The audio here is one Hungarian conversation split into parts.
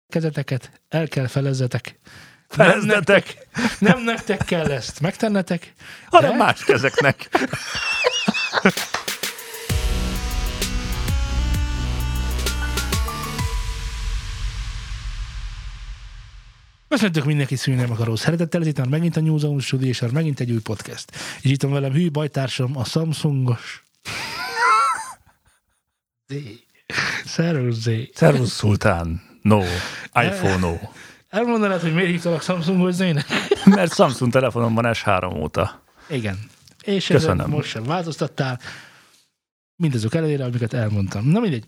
kezeteket, el kell felezzetek. Felezzetek! Nem nektek kell ezt megtennetek, hanem más kezeknek. Köszöntök mindenki szűnőm akaró szeretettel, ez itt már megint a New Zone Studio, és megint egy új podcast. És itt van velem hű bajtársam, a Samsungos Z. Szervusz Z. Szervusz Szultán. No. iPhone no. Elmondanád, hogy miért hívtalak Samsungos Z-nek? Mert Samsung telefonom van S3 óta. Igen. És köszönöm. Most sem változtattál. Mindazok ellenére, amiket elmondtam. Na mindegy.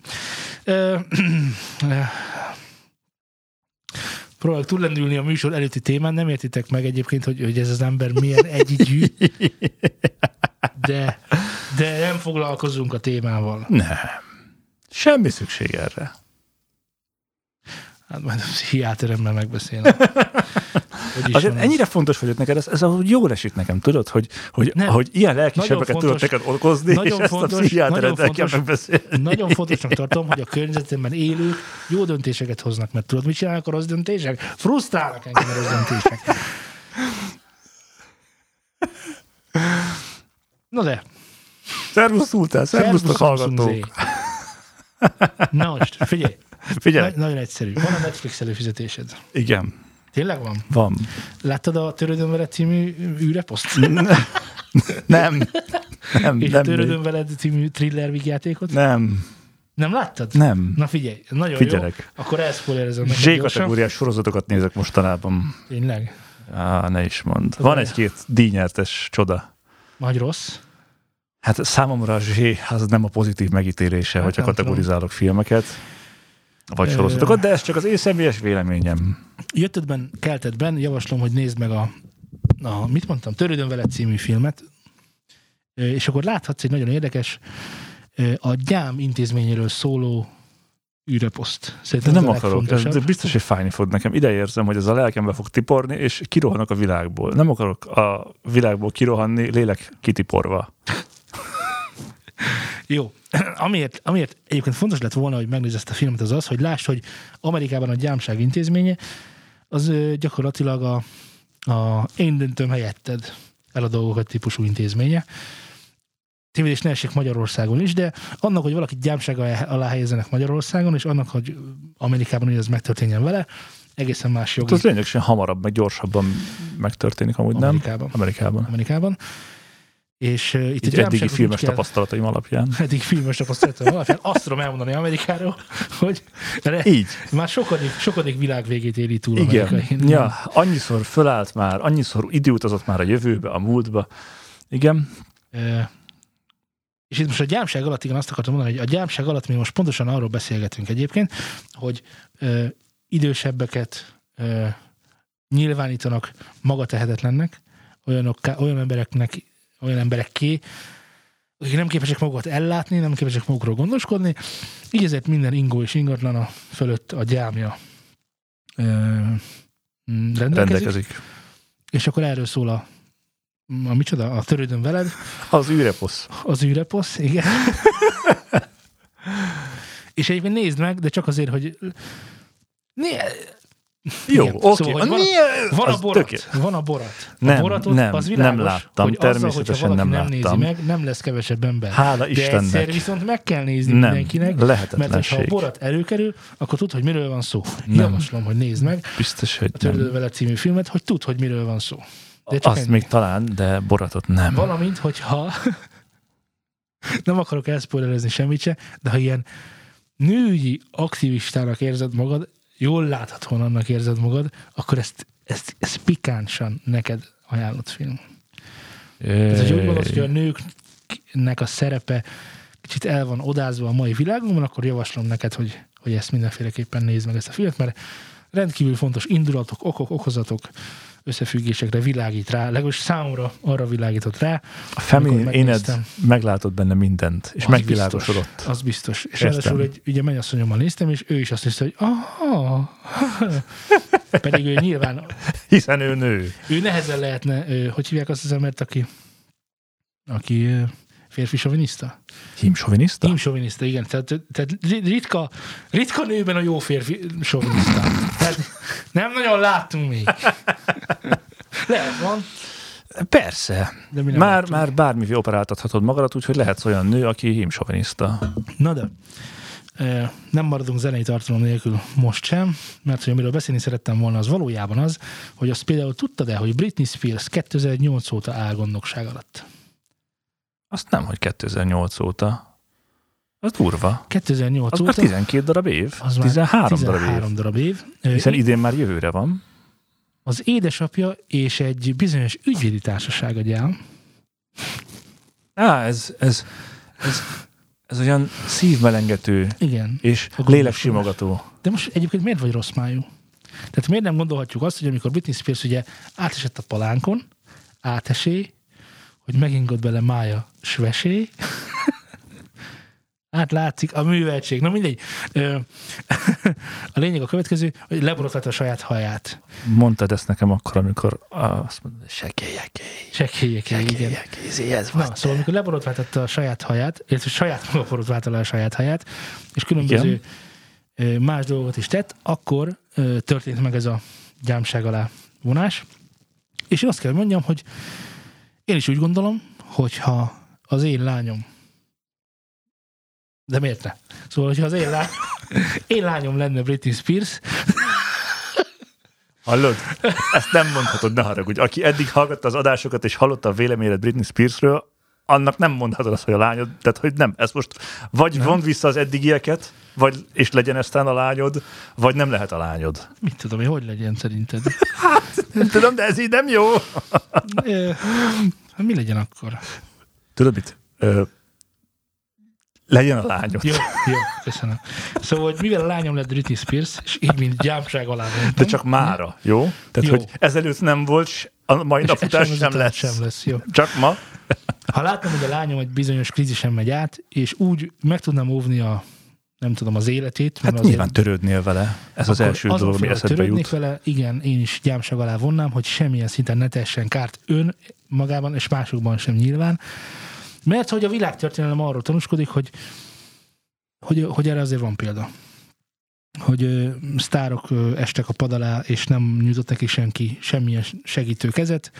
Próbálok túllendülni a műsor előtti témán. Nem értitek meg egyébként, hogy ez az ember milyen együgyű. De nem foglalkozunk a témával. Nem. Semmi szükség erre. Hát majd a pszichiáteremmel megbeszélem. Azért ennyire fontos vagyok neked, ez ahogy jól esik nekem, tudod, hogy ilyen lelkisebeket tudod neked okozni, és ezt a pszichiátereddel kell megbeszélni. Nagyon fontosnak tartom, hogy a környezetemben élők jó döntéseket hoznak, mert tudod, mit csinálnak a rossz döntések? Frusztrálnak engem a rossz döntések. No de. Szervusz Szultán, szervusztok hallgatók. Na most, figyelj. Figyelj. Nagyon egyszerű. Van a Netflix előfizetésed. Igen. Tényleg van? Van. Láttad a Törődöm veled című űreposzt? Nem. És a Törődöm veled című thriller vígjátékot? Nem. Nem láttad? Nem. Na figyelj, nagyon figyelek. Jó. Akkor elszpoilerezem neked Z-kategóriás sorozatokat nézek mostanában. Tényleg? Ne is mondd. Van egy-két díjnyertes csoda. Vagy rossz? Hát számomra a Z az nem a pozitív megítélése, hát hogyha kategorizálok filmeket, vagy sorozatokat, de ez csak az én személyes véleményem. Jöttödben, keltedben, javaslom, hogy nézd meg a mit mondtam, Törődöm veled című filmet, és akkor láthatsz egy nagyon érdekes, a gyám intézményéről szóló űreposzt. Szerintem de nem akarok, ez biztos, hogy fájni fog nekem. Ide érzem, hogy ez a lelkembe fog tiporni, és kirohanok a világból. Nem akarok a világból kirohanni, lélek kitiporva. Jó. Amiért egyébként fontos lett volna, hogy megnézz ezt a filmet, az, hogy lásd, hogy Amerikában a gyámság intézménye, az gyakorlatilag a én döntöm helyetted el a dolgokat típusú intézménye. Tévedés ne essék Magyarországon is, de annak, hogy valaki gyámság alá helyezzenek Magyarországon, és annak, hogy Amerikában hogy ez megtörténjen vele, egészen más jogi. Az lényegesen hamarabb, meg gyorsabban megtörténik, amúgy Amerikában. És itt így eddigi filmes tapasztalataim alapján. Azt tudom elmondani Amerikáról, hogy így. Már sokadik világvégét éli túl. Igen. Ja, annyiszor fölállt már, annyiszor időutazott már a jövőbe, a múltba. Igen. És itt most a gyámság alatt, igen, azt akartam mondani, hogy a gyámság alatt mi most pontosan arról beszélgetünk egyébként, hogy idősebbeket nyilvánítanak magatehetetlennek, olyan emberekké, akik nem képesek magukat ellátni, nem képesek magukról gondoskodni, így ezért minden ingó és ingatlana fölött a gyámja rendelkezik. És akkor erről szól a micsoda? A Törődöm veled. Az űreposz. Az űreposz, igen. És egyébként nézd meg, de csak azért, hogy jó, oké. Szóval, van a borat. Nem, a boratot, az világos, nem láttam, hogy természetesen azzal, nem nem láttam. Nézi meg, nem lesz kevesebb ember. Hála Istennek. De egyszer viszont meg kell nézni mindenkinek, lehetetlenség. mert ha a borat előkerül, akkor tudd, hogy miről van szó. Javaslom, hogy nézd meg biztos, hogy a Törődöm veled című filmet, hogy tudd, hogy miről van szó. De azt még talán, de boratot nem. Valamint, hogyha nem akarok elszpoilerezni semmit se, de ha ilyen nőügyi aktivistának érzed magad, jól láthatóan annak érzed magad, akkor ez pikánsan neked ajánlott film. Ez úgy gondolod, hogy a nőknek a szerepe kicsit el van odázva a mai világunkban, akkor javaslom neked, hogy ezt mindenféleképpen nézd meg ezt a filmet, mert rendkívül fontos indulatok, okok, okozatok, összefüggésekre világít rá, legalábbis számomra arra világított rá. A feminin éned meglátott benne mindent, és megvilágosodott. Az biztos. És ráadásul ugye mennyasszonyommal néztem, és ő is azt hiszte, hogy pedig ő nyilván... Hiszen ő nő. Ő nehezen lehetne, hogy hívják azt az embert, aki Férfi soviniszta? Hímsoviniszta? Hímsoviniszta, igen. Tehát ritka nőben a jó férfi soviniszta. Tehát nem nagyon láttunk még. Lehet van. Persze. Már bármi operáltathatod magadat, úgyhogy lehetsz olyan nő, aki hímsoviniszta. Na de, nem maradunk zenei tartalom nélkül most sem, mert hogy amiről beszélni szerettem volna, az valójában az, hogy azt például tudtad-e, hogy Britney Spears 2008 óta áll gondnokság alatt? Azt nem, hogy 2008 óta. Az durva. 2008 az óta. Az már 12 darab év. Az 13 darab év. Hiszen idén már jövőre van. Az édesapja és egy bizonyos ügyvédi társaság a gyám. Ez olyan szívmelengető. Igen. És léleksimogató. De most egyébként miért vagy rossz májú? Tehát miért nem gondolhatjuk azt, hogy amikor Britney Spears ugye átesett a palánkon, átesé, hogy megingott bele mája svesé, látszik a műveltség. Na mindegy. A lényeg a következő, hogy leborotálta a saját haját. Mondtad ezt nekem akkor, amikor azt mondod, Sekélyekei, igen. Na, szóval amikor leborotváltatta a saját haját, illetve saját maga borotválta le a saját haját, és különböző más dolgot is tett, akkor történt meg ez a gyámság alá vonás. És én azt kell mondjam, hogy én is úgy gondolom, hogyha az én lányom, de miért ne? Szóval, hogyha az én lányom lenne Britney Spears. Hallod? Ezt nem mondhatod, ne haragudj. Aki eddig hallgatta az adásokat és hallotta a véleményed Britney Spearsről, annak nem mondhatod azt, hogy a lányod, tehát hogy nem. Ez most vagy vond vissza az eddigieket, vagy, és legyen eztán a lányod, vagy nem lehet a lányod. Mit tudom én, hogy legyen szerinted? Hát, nem tudom, de ez így nem jó. Mi legyen akkor? Tudod mit? Legyen a lányod. Jó, köszönöm. Szóval, hogy mivel a lányom lett Britney Spears, és így mint gyámság alá mondtam. De csak mára, jó? Tehát, jó. Hogy ezelőtt nem volt, a mai nap után sem lesz. Jó. Csak ma. Ha látnám, hogy a lányom egy bizonyos krízisen megy át, és úgy meg tudnám óvni az életét. Hát nyilván törődnél vele. Ez az első dolog, ami eszedbe jut. Vele, igen, én is gyámság alá vonnám, hogy semmilyen szinten ne tessen kárt ön magában, és másokban sem nyilván. Mert hogy a világtörténelem arról tanúskodik, hogy erre azért van példa. Hogy sztárok estek a pad alá, és nem nyújtott neki senki semmilyen segítő kezet.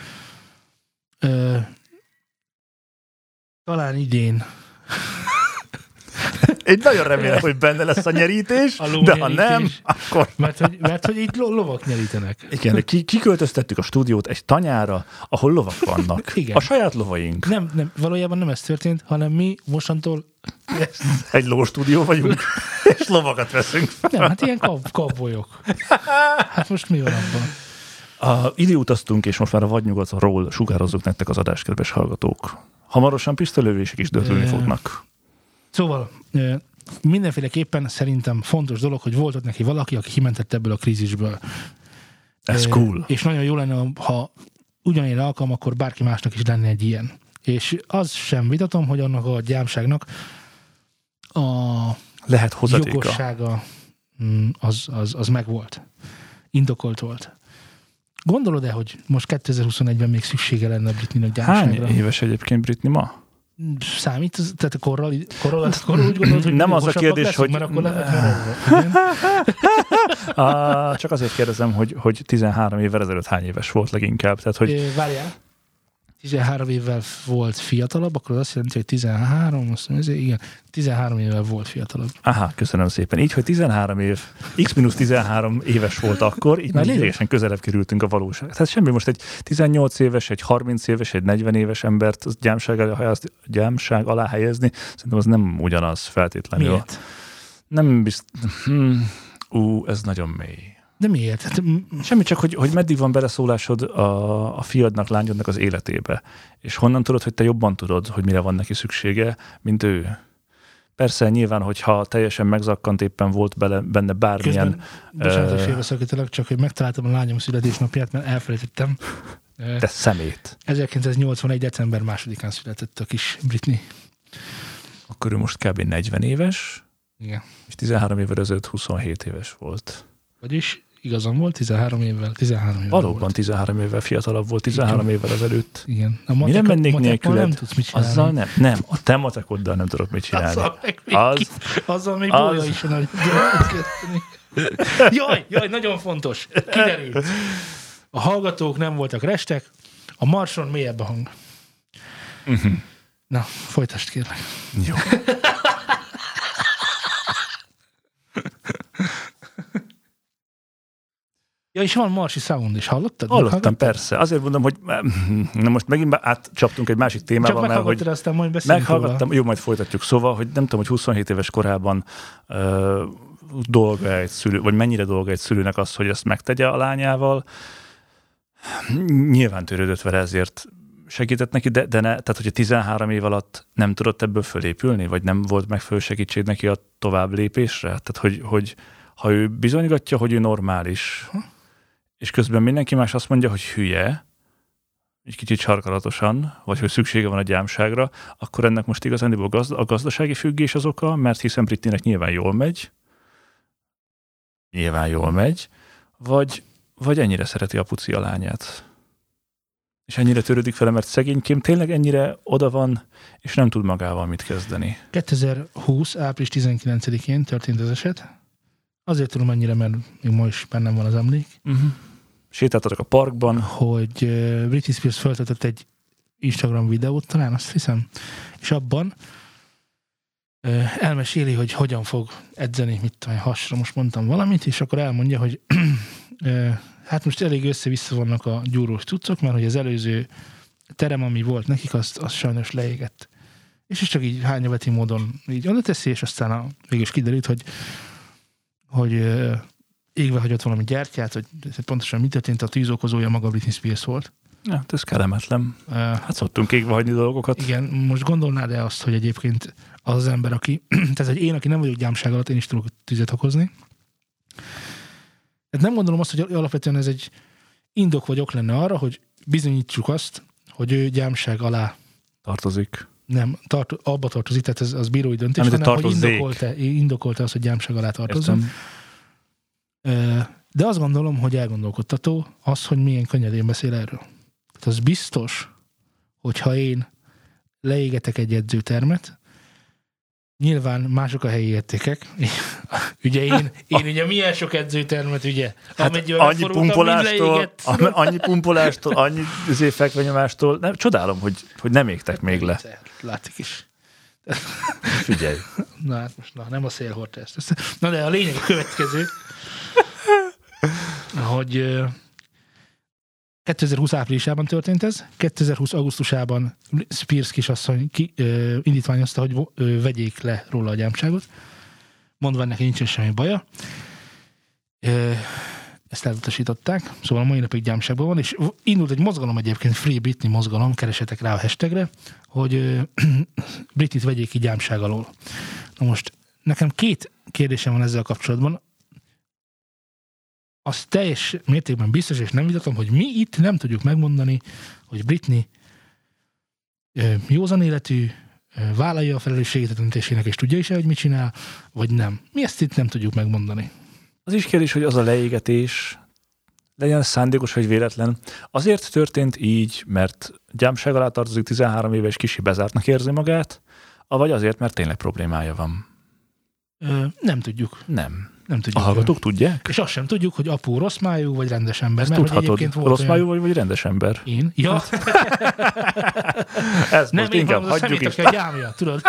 Talán idén. Én nagyon remélem, hogy benne lesz a nyerítés, de ha nem, akkor... Mert hogy itt lovak nyerítenek. Igen, de kiköltöztettük a stúdiót egy tanyára, ahol lovak vannak. Igen. A saját lovaink. Nem, valójában nem ez történt, hanem mi mostantól... Egy lóstúdió vagyunk, és lovakat veszünk fel. Nem, hát ilyen kabbolyok. Hát most mi van abban? Időutaztunk, és most már a vadnyugatról sugározzuk nektek az adást, kedves hallgatók. Hamarosan pisztolylövések is dörzölni fognak. Szóval mindenféleképpen szerintem fontos dolog, hogy volt ott neki valaki, aki kimentett ebből a krízisből. Ez cool. És nagyon jó lenne, ha ugyanilyen alkalom, akkor bárki másnak is lenne egy ilyen. És az sem vitatom, hogy annak a gyámságnak a lehet hozatéka. Jogossága az megvolt. Indokolt volt. Gondolod-e, hogy most 2021-ben még szüksége lenne Britneynek gyámságra? Hány éves egyébként Britney ma? Számít, tehát a korral úgy gondolod, hogy nem az a kérdés, leszünk, hogy... Mert akkor csak azért kérdezem, hogy 13 évvel ezelőtt hány éves volt leginkább. Tehát, hogy... Várjál. 13 évvel volt fiatalabb, akkor az azt jelenti, hogy 13, igen, 13 évvel volt fiatalabb. Aha, köszönöm szépen. Így, hogy 13 év, x-13 éves volt akkor, így már lényegesen közelebb kerültünk a valóság. Tehát semmi, most egy 18 éves, egy 30 éves, egy 40 éves embert gyámság alá helyezni, szerintem az nem ugyanaz feltétlenül. Miért? Nem ez nagyon mély. De miért? Hát, semmi, csak hogy meddig van beleszólásod a fiadnak, lányodnak az életébe. És honnan tudod, hogy te jobban tudod, hogy mire van neki szüksége, mint ő. Persze, nyilván, hogyha teljesen megzakkant, éppen volt benne bármilyen... Bocsánat, hogy félbeszakítalak, csak hogy megtaláltam a lányom születésnapját, mert elfelejtettem. Te szemét. 1981. december 2-án született a kis Britney. Akkor ő most kb. 40 éves, igen. És 13 évvel ezelőtt 27 éves volt. Vagyis igazam volt, 13 évvel. Valóban volt. 13 évvel fiatalabb volt, 13 évvel ezelőtt. Igen. Mi nem mennék nélküled? Nem tudsz mit csinálni. Azzal nem. Nem, a te matekoddal nem tudok mit csinálni. Azzal még bolya is van. Jaj, nagyon fontos. Kiderült. A hallgatók nem voltak restek, a Marson mélyebb a hang. Na, folytasd kérlek. Jó. Ja, és van marsi sound is, hallottad? Hallottam, persze. Azért mondom, hogy na most megint átcsaptunk egy másik témával. Csak meghallgattad, aztán majd beszélünk róla. Meghallgattam, jó, majd folytatjuk. Szóval, hogy nem tudom, hogy 27 éves korában dolga egy szülő, vagy mennyire dolga egy szülőnek az, hogy ezt megtegye a lányával. Nyilván törődött vele, ezért segített neki, de ne, tehát hogyha 13 év alatt nem tudott ebből fölépülni, vagy nem volt megfelelő segítség neki a tovább lépésre. Tehát, hogy ha ő bizonygatja, hogy ő normális, és közben mindenki más azt mondja, hogy hülye, egy kicsit sarkalatosan, vagy hogy szüksége van a gyámságra, akkor ennek most igazán a gazdasági függés az oka, mert hiszen Britneynek nyilván jól megy, vagy ennyire szereti a puci a lányát. És ennyire törődik vele, mert szegénykém tényleg ennyire oda van, és nem tud magával mit kezdeni. 2020. április 19-én történt az eset. Azért tudom ennyire, mert még ma is bennem van az emlék. Sétáltatok a parkban. Hogy Britney Spears feltöltött egy Instagram videót, talán azt hiszem, és abban elmeséli, hogy hogyan fog edzeni, mit tudom, hasra, most mondtam valamit, és akkor elmondja, hogy hát most elég össze-vissza vannak a gyúrós cuccok, mert hogy az előző terem, ami volt nekik, az sajnos leégett. És csak így hányaveti módon így oda teszi, és aztán végül kiderült, hogy égve hagyott valami gyertyát, hogy pontosan mi történt, a tűzokozója maga Britney Spears volt. Ja, ez kellemetlen. Hát szoktunk égve hagyni dolgokat. Igen, most gondolnád-e azt, hogy egyébként az ember, aki, tehát hogy én, aki nem vagyok gyámság alatt, én is tudok tüzet okozni. Tehát nem gondolom azt, hogy alapvetően ez egy indok vagy ok lenne arra, hogy bizonyítsuk azt, hogy ő gyámság alá tartozik. Nem, abba tartozik, tehát az bírói döntés, hanem hogy indokolta azt, hogy gyámság alá tartozom. De azt gondolom, hogy elgondolkodtató az, hogy milyen könnyedén beszél erről. Tehát az biztos, hogyha én leégetek egy edzőtermet, nyilván mások a helyi értékek. Ugye én ugye milyen sok edzőtermet, ugye? Hát annyi pumpolástól, annyi fekvenyomástól, nem, csodálom, hogy nem égtek még le. Látszik is. Figyelj. Na hát most nem a szélhordta ezt. Na de a lényeg a következő, hogy 2020 áprilisában történt ez, 2020 augusztusában Spears kisasszony indítványozta, hogy vegyék le róla a gyámságot, mondva neki nincsen semmi baja. Ezt elutasították, szóval a mai napig gyámságban van, és indult egy mozgalom egyébként, Free Britney mozgalom, keresetek rá a hashtagre, hogy Britneyt vegyék ki gyámság alól. Na most nekem 2 kérdésem van ezzel kapcsolatban. Az teljes mértékben biztos, és nem vitatom, hogy mi itt nem tudjuk megmondani, hogy Britney józan életű, vállalja a felelősséget a döntésének, és tudja is hogy mit csinál, vagy nem. Mi ezt itt nem tudjuk megmondani. Az is kérdés, hogy az a leégetés legyen szándékos vagy véletlen. Azért történt így, mert gyámság alá tartozik 13 éves kisi bezártnak érzi magát, vagy azért, mert tényleg problémája van. Nem tudjuk. Nem tudjuk. A hallgatók tudják? És azt sem tudjuk, hogy apu rossz májú, vagy rendes ember. Ezt tudhatod, rossz májú vagy rendes ember. Én? Ja. Ezt most inkább hagyjuk is. Nem, én gyámja, tudod?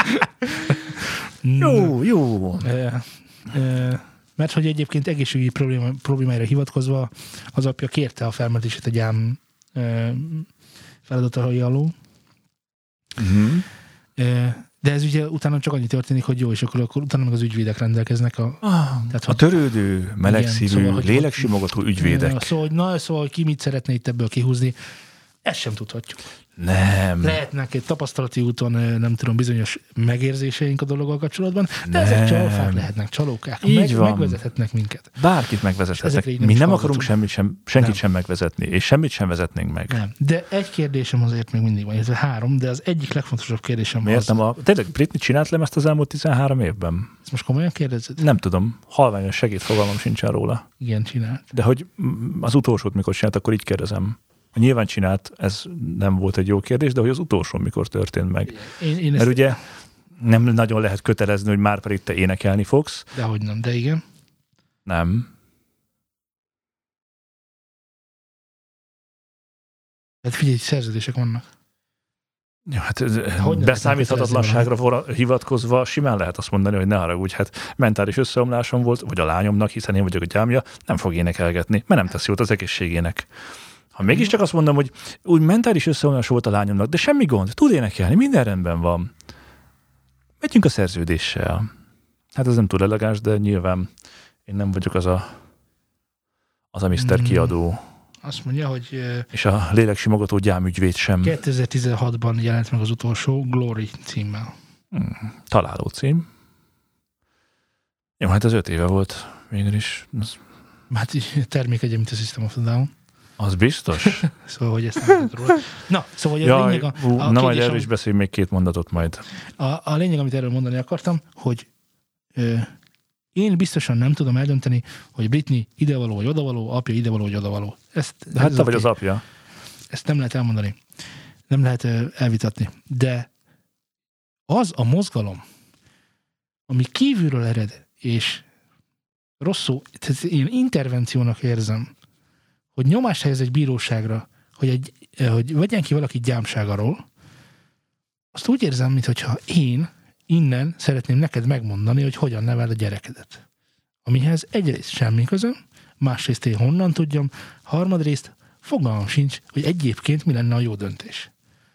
Jó. Mert hogy egyébként egészségügyi problémáira hivatkozva az apja kérte a felmentését a gyám feladatai alól. De ez ugye utána csak annyi történik, hogy jó, és akkor utána meg az ügyvédek rendelkeznek. Tehát, a törődő, melegszívű, szóval, léleksimogató ügyvédek. Szóval, hogy ki mit szeretne itt ebből kihúzni, ezt sem tudhatjuk. Nem. Lehetnek egy tapasztalati úton, nem tudom, bizonyos megérzéseink a dologgal kapcsolatban, de ezek csalófák lehetnek, csalókák. Megvezethetnek minket. Bárkit megvezethetnek. Mi nem akarunk senkit sem megvezetni, és semmit sem vezetnénk meg. Nem. De egy kérdésem azért még mindig van, illetve 3, de az egyik legfontosabb kérdésem Tényleg Britney csinált lemezt az elmúlt 13 évben? Ezt most komolyan kérdezed? Nem tudom. Halványon segédfogalmam sincsen róla. Igen, csinált. De hogy az utolsót mikor csinált, akkor így kérdezem. Nyilván csinált, ez nem volt egy jó kérdés, de hogy az utolsó mikor történt meg. Mert ugye nem nagyon lehet kötelezni, hogy már pedig te énekelni fogsz. Dehogy nem, de igen. Nem. Hát figyelj, szerződések vannak. Ja, hát beszámíthatatlanságra hivatkozva simán lehet azt mondani, hogy ne haragudj, hát mentális összeomlásom volt, vagy a lányomnak, hiszen én vagyok a gyámja, nem fog énekelgetni, mert nem tesz jót az egészségének. Ha mégiscsak azt mondom, hogy úgy mentális összeomlás volt a lányomnak, de semmi gond, tud énekelni, minden rendben van. Megyünk a szerződéssel. Hát ez nem túl elegáns, de nyilván én nem vagyok az a Mr. Kiadó. Azt mondja, hogy... És a léleksimogató gyámügyvéd sem. 2016-ban jelent meg az utolsó Glory címmel. Találó cím. Jó, hát az 5 éve volt végül is. Hát termék egy, mint a System of a Down. Az biztos. Szóval, hogy ezt nem róla. Na, szóval, hogy a lényeg na majd erről is beszélj még 2 mondatot majd. A lényeg, amit erről mondani akartam, hogy én biztosan nem tudom eldönteni, hogy Britney idevaló vagy odavaló, apja idevaló vagy odavaló. Hát te vagy az apja. Ezt nem lehet elmondani. Nem lehet elvitatni. De az a mozgalom, ami kívülről ered, és rosszul, tehát én intervenciónak érzem, hogy nyomást helyez egy bíróságra, hogy vegyen ki valaki gyámság alól, azt úgy érzem, mintha én innen szeretném neked megmondani, hogy hogyan neveld a gyerekedet. Amihez egyrészt semmi közöm, másrészt én honnan tudjam, harmadrészt fogalmam sincs, hogy egyébként mi lenne a jó döntés.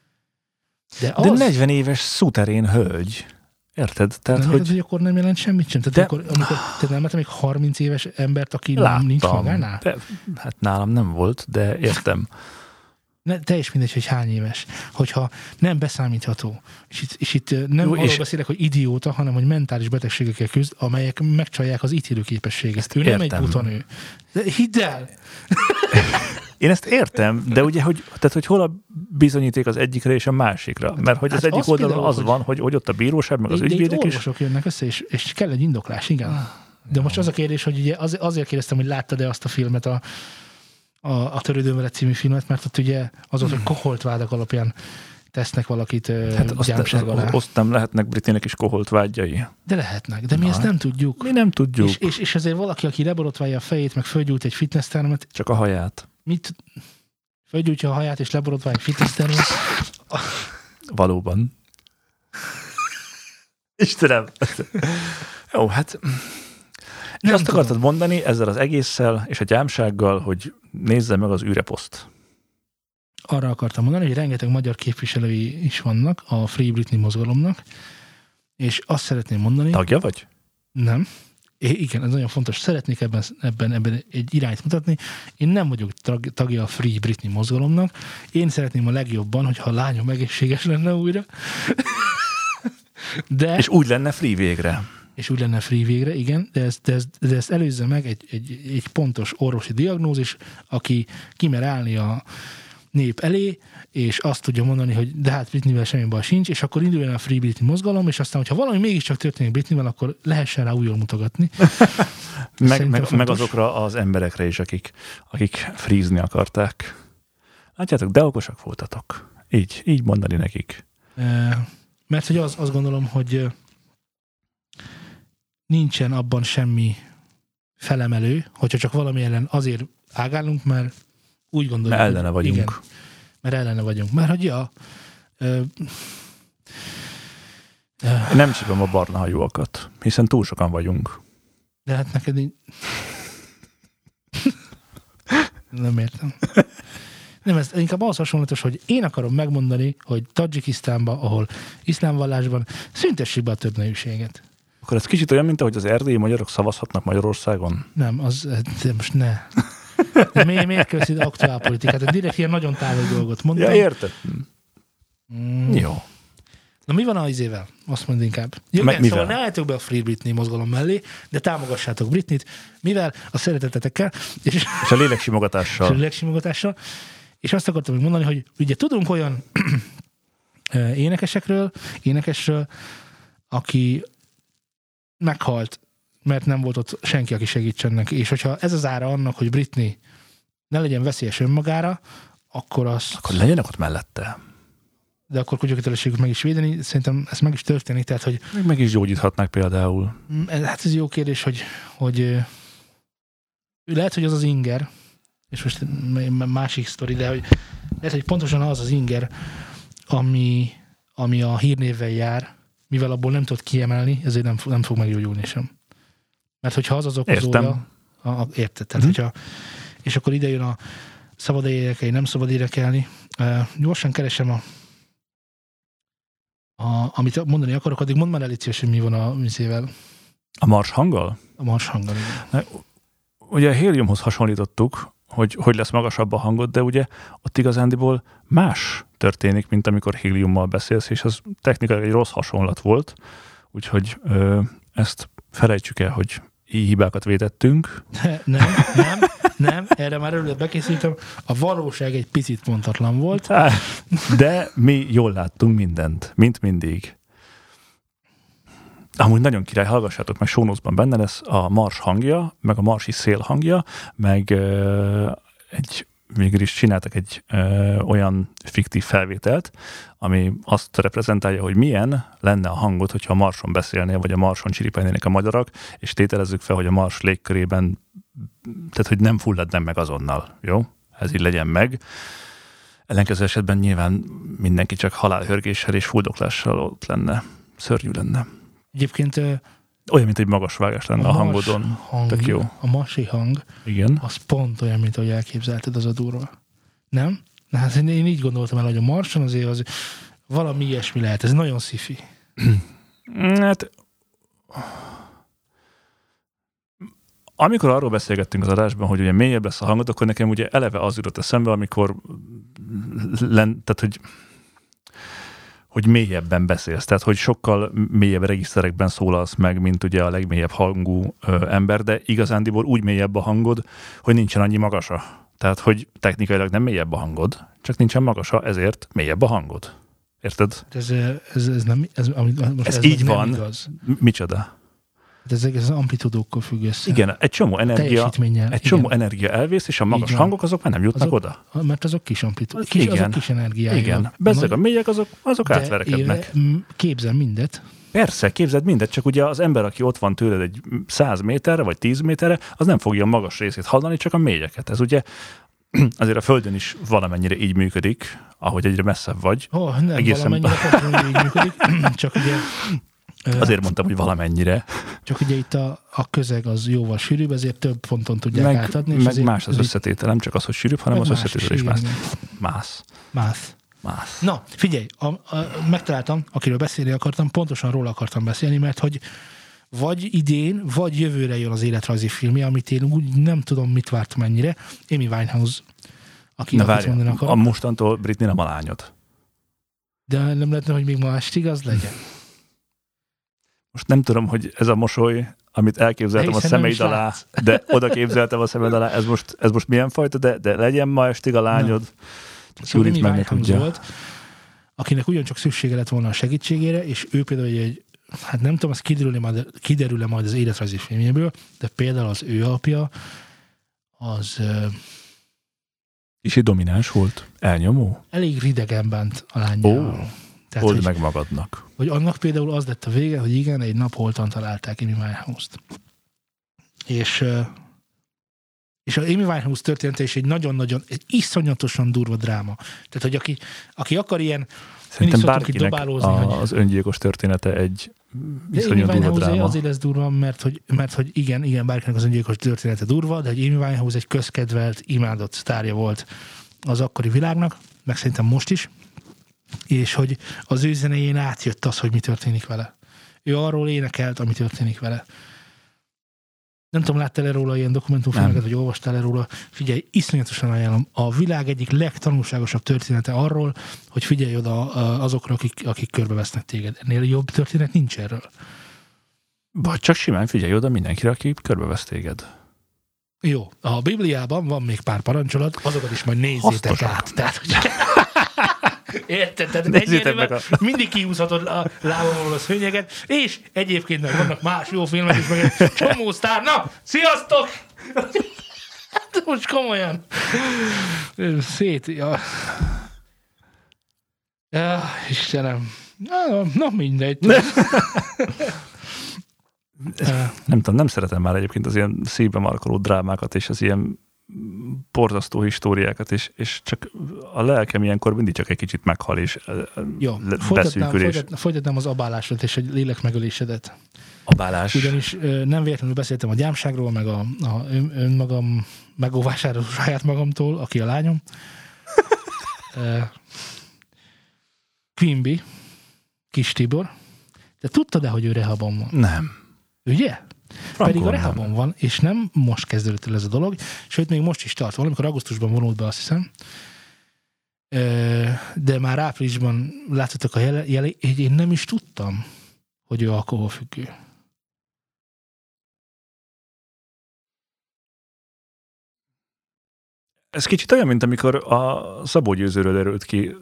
De 40 éves szuterén hölgy. Érted? Tehát, nem érted, hogy akkor nem jelent semmit sem? Tehát te nem láttam még 30 éves embert, aki nincs magánál? Hát nálam nem volt, de értem. Te is mindegy, hogy hány éves. Hogyha nem beszámítható, és itt nem arról beszélek, hogy idióta, hanem hogy mentális betegségekkel küzd, amelyek megcsalják az ítélőképességet. Ő nem egy buta nő. De hidd el! Én ezt értem, de ugye, hogy hol a bizonyíték az egyikre és a másikra? Mert hogy az egyik oldalon az van, hogy ott a bíróság, meg az ügyvédek is. Orvosok jönnek össze, és kell egy indoklás, igen. De most az a kérdés, hogy ugye azért kérdeztem, hogy láttad-e azt a filmet, a Törődőmeret című filmet, mert ott ugye az ott, hogy koholt vádak alapján tesznek valakit gyámság alá. Azt nem lehetnek Britneynek is koholt vágyai. De lehetnek, de mi ezt nem tudjuk. Mi nem tudjuk. És azért valaki, aki leborotválja a fejét, meg fölgyújt egy fitnesstermet. Csak a haját. Mit? Fölgyújtja a haját, és leborotválja egy fitnesstermet. Valóban. Istenem. Jó, hát... Nem azt akartad mondani ezzel az egésszel és a gyámsággal, hogy nézze meg az űreposzt. Arra akartam mondani, hogy rengeteg magyar képviselői is vannak a Free Britney mozgalomnak, és azt szeretném mondani... Tagja vagy? Nem. Igen, ez nagyon fontos. Szeretnék ebben egy irányt mutatni. Én nem vagyok tagja a Free Britney mozgalomnak. Én szeretném a legjobban, hogyha a lányom egészséges lenne újra. De... És úgy lenne free végre. És úgy lenne free végre, igen, de ezt előzze meg egy pontos orvosi diagnózis, aki kimer állni a nép elé, és azt tudja mondani, hogy de hát Britneyvel semmi baj sincs, és akkor induljon a Free Britney mozgalom, és aztán, hogyha valami mégiscsak történik Britneyvel, akkor lehessen rá újjól mutogatni. meg azokra az emberekre is, akik freezni akarták. Látjátok, de okosak voltatok. Így mondani nekik. Mert hogy azt gondolom, hogy nincsen abban semmi felemelő, hogyha csak valami ellen azért ágálunk, mert úgy gondoljuk, mert ellene vagyunk. Igen, mert ellene vagyunk. Mert hogy Én nem csípem a barna hajúakat, hiszen túl sokan vagyunk. De hát neked így... Nem értem. Nem, ez inkább az hasonlatos, hogy én akarom megmondani, hogy Tadzsikisztánban, ahol iszlámvallásban szüntessék be a többneműséget. Akkor ez kicsit olyan, mint ahogy az erdélyi magyarok szavazhatnak Magyarországon? Nem, de most ne. De miért kezdőd aktuálpolitikát? Direkt ilyen nagyon távoli dolgot mondtam. Ja, érted. Jó. Na mi van a izével? Azt mondd inkább. Szóval ne álljátok be a Free Britney mozgalom mellé, de támogassátok Britneyt. Mivel? A szeretetetekkel. És a léleksimogatással. És a léleksimogatással. És azt akartam mondani, hogy ugye tudunk olyan énekesről, aki meghalt, mert nem volt ott senki, aki segítsen neki. És hogyha ez az ára annak, hogy Britney ne legyen veszélyes önmagára, akkor legyenek ott mellette. De akkor kutyakkötelességük meg is védeni. Szerintem ez meg is történik, tehát, hogy... Meg is gyógyíthatnák például. Hát ez jó kérdés, hogy lehet, hogy az az inger, és most másik sztori, de hogy lehet, hogy pontosan az inger, ami a hírnévvel jár, mivel abból nem tudod kiemelni, ezért nem fog meggyógyulni sem. Mert hogyha az okozója... Érted. Tehát, és akkor ide jön a szabad énekelni, nem szabad énekelni. Gyorsan keresem amit mondani akarok, addig mondd már el, hogy mi van a műzével. A marshanggal? A marshanggal, igen. Ugye a héliumhoz hasonlítottuk, hogy lesz magasabb a hangod, de ugye ott igazándiból más történik, mint amikor héliummal beszélsz, és az technikailag egy rossz hasonlat volt, úgyhogy ezt felejtsük el, hogy így hibákat vétettünk. Nem, erre már előbb bekészítem. A valóság egy picit pontatlan volt. De mi jól láttunk mindent, mint mindig. Amúgy nagyon király, hallgassátok meg, show notes-ban benne lesz a mars hangja, meg a marsi szél hangja, meg végül is csináltak egy olyan fiktív felvételt, ami azt reprezentálja, hogy milyen lenne a hangot, hogyha a marson beszélnél, vagy a marson csiripelnének a madarak, és tételezzük fel, hogy a mars légkörében, tehát hogy nem fulladnám meg azonnal, jó? Ez így legyen meg. Ellenkező esetben nyilván mindenki csak halálhörgéssel és fuldoklással ott lenne. Szörnyű lenne. Egyébként olyan, mint egy magas vágás lenne a hangodon. Tök jó. A marsi hang, igen, az pont olyan, mint ahogy elképzelted az a durva. Nem? Hát én így gondoltam el, hogy a marson azért az valami ilyesmi lehet. Ez nagyon sci-fi. Hát amikor arról beszélgettünk az adásban, hogy ugye mélyebb lesz a hangod, akkor nekem ugye eleve az jutott eszembe, amikor tehát, hogy mélyebben beszélsz, tehát hogy sokkal mélyebb regiszterekben szólalsz meg, mint ugye a legmélyebb hangú ember, de igazándiból úgy mélyebb a hangod, hogy nincsen annyi magasa. Tehát, hogy technikailag nem mélyebb a hangod, csak nincsen magasa, ezért mélyebb a hangod. Érted? Ez így van. Igaz. Micsoda? De ezek az amplitudókkal függ össze. Igen, egy csomó energia elvész, és a magas hangok azok már nem jutnak oda. Mert azok kis amplitudók. Azok kis energiája. Igen. Bezzeg a mélyek, azok átverekednek. Képzel mindet. Persze, képzeld mindet, csak ugye az ember, aki ott van tőled egy 100 méterre, vagy 10 méterre, az nem fogja a magas részét hallani, csak a mélyeket. Ez ugye azért a Földön is valamennyire így működik, ahogy egyre messzebb vagy. Nem, valamennyire pontosan így működik, csak ugye... Azért mondtam, hogy valamennyire. Csak ugye itt a közeg az jóval sűrűbb, ezért több ponton tudják átadni. És meg más az összetétel, nem csak az, hogy sűrűbb, hanem az összetétel is más. Na, figyelj, megtaláltam, akiről beszélni akartam, pontosan róla akartam beszélni, mert hogy vagy idén, vagy jövőre jön az életrajzi filmje, amit én úgy nem tudom, mit vártam ennyire. Amy Winehouse, aki mondani akarok. A mostantól Britney nem a lányod. De nem lehetne, hogy még ma estig az legyen. Most nem tudom, hogy ez a mosoly, amit elképzeltem a szemeid alá, de oda képzeltem a szemed alá, ez most milyen fajta, de legyen ma estig a lányod. Szóval Amy Winehouse volt, akinek ugyancsak szüksége lett volna a segítségére, és ő például hát nem tudom, az kiderül-e majd az életrajzi filmjéből, de például az ő apja, az... És egy domináns volt? Elnyomó? Elég ridegen bánt a lányjával. Old meg magadnak. Hogy annak például az lett a vége, hogy igen, egy nap holtan találták Amy Winehouse-t. És a Amy Winehouse története is egy nagyon-nagyon, egy iszonyatosan durva dráma. Tehát, hogy aki akar ilyen... Szerintem bárkinek az öngyilkos története egy iszonyat durva dráma. Azért lesz durva, mert hogy igen, bárkinek az öngyilkos története durva, de hogy Amy Winehouse egy közkedvelt, imádott sztárja volt az akkori világnak, meg szerintem most is, és hogy az ő zenéjén átjött az, hogy mi történik vele. Ő arról énekelt, ami történik vele. Nem tudom, láttál-e róla ilyen dokumentumfilmeket, vagy olvastál-e róla? Figyelj, iszonyatosan ajánlom. A világ egyik legtanulságosabb története arról, hogy figyelj oda azokra, akik körbevesznek téged. Ennél jobb történet nincs erről. Vagy csak simán figyelj oda mindenkire, aki körbevesz téged. Jó, a Bibliában van még pár parancsolat, azokat is majd nézzétek át. Tehát, hogy... Érted? Tehát mindig kihúzhatod a lábamról a szőnyeget, és egyébként meg vannak más jó filmek is, meg egy csomó sztár. Na, sziasztok! Most komolyan. Ja, Istenem. Na mindegy. Nem tudom, nem szeretem már egyébként az ilyen szívbe markoló drámákat, és az ilyen borzasztó históriákat, és csak a lelkem ilyenkor mindig csak egy kicsit meghal, és folytatnám az abálásod és a lélek megölésedet. Abálás. Ugyanis nem véletlenül beszéltem a gyámságról, meg a önmagam megóvásáról saját magamtól, aki a lányom. Quimby, Kis Tibor. De tudtad-e, hogy ő rehabon van? Nem. Ugye? Pedig a rehabon van, és nem most kezdődött el ez a dolog, sőt, még most is tart. Valamikor augusztusban vonult be, azt hiszem. De már áprilisban láthatok a jelei, én nem is tudtam, hogy ő alkoholfüggő. Ez kicsit olyan, mint amikor a Szabó Győzőről derült ki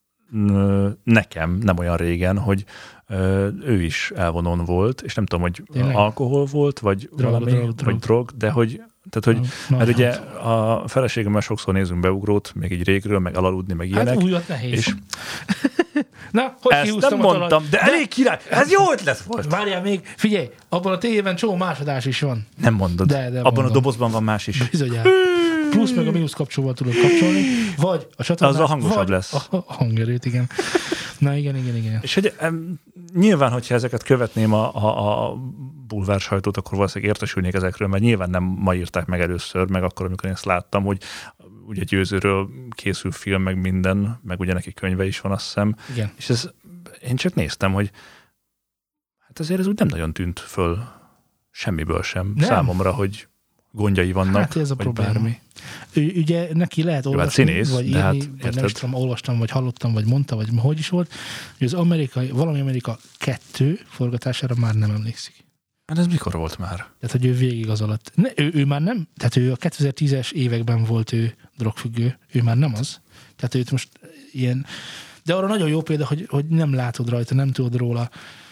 nekem nem olyan régen, hogy ő is elvonon volt, és nem tudom, hogy tényleg? Alkohol volt, vagy drog, de hogy, tehát, hogy mert ugye a feleségemmel sokszor nézünk beugrót, még így régről, meg alaludni, meg ilyenek. Hát újat nehéz. És na, hogy ezt nem mondtam, de elég király, ez jó ötlet volt. Várjál még, figyelj, abban a tévében csomó másodás is van. Nem mondod, de abban mondom. A dobozban van más is. Bizonyára. Plusz meg a mínusz kapcsolóval tudod kapcsolni, vagy a csatornát, az a hangosabb lesz. A hangerőt, igen. Na igen. És hogy, nyilván, hogyha ezeket követném a bulvár sajtót, akkor valószínűleg értesülnék ezekről, mert nyilván nem ma írták meg először, meg akkor, amikor én ezt láttam, hogy ugye Győzőről készül film, meg minden, meg ugye neki könyve is van, azt hiszem. Igen. És én csak néztem, hogy hát azért ez úgy nem nagyon tűnt föl semmiből sem számomra, hogy gondjai vannak, hát ez a vagy probléma. Bármi. Ugye neki lehet olvasni, színész, vagy írni, hát, vagy nem is tudom, olvastam, vagy hallottam, vagy mondta, vagy hogy is volt, hogy az valami Amerika 2 forgatására már nem emlékszik. Hát ez mikor volt már? Tehát, hogy ő végig az alatt. Ő már nem, tehát ő a 2010-es években volt ő drogfüggő, ő már nem az. Tehát őt most ilyen, de arra nagyon jó példa, hogy nem látod rajta, nem tudod róla.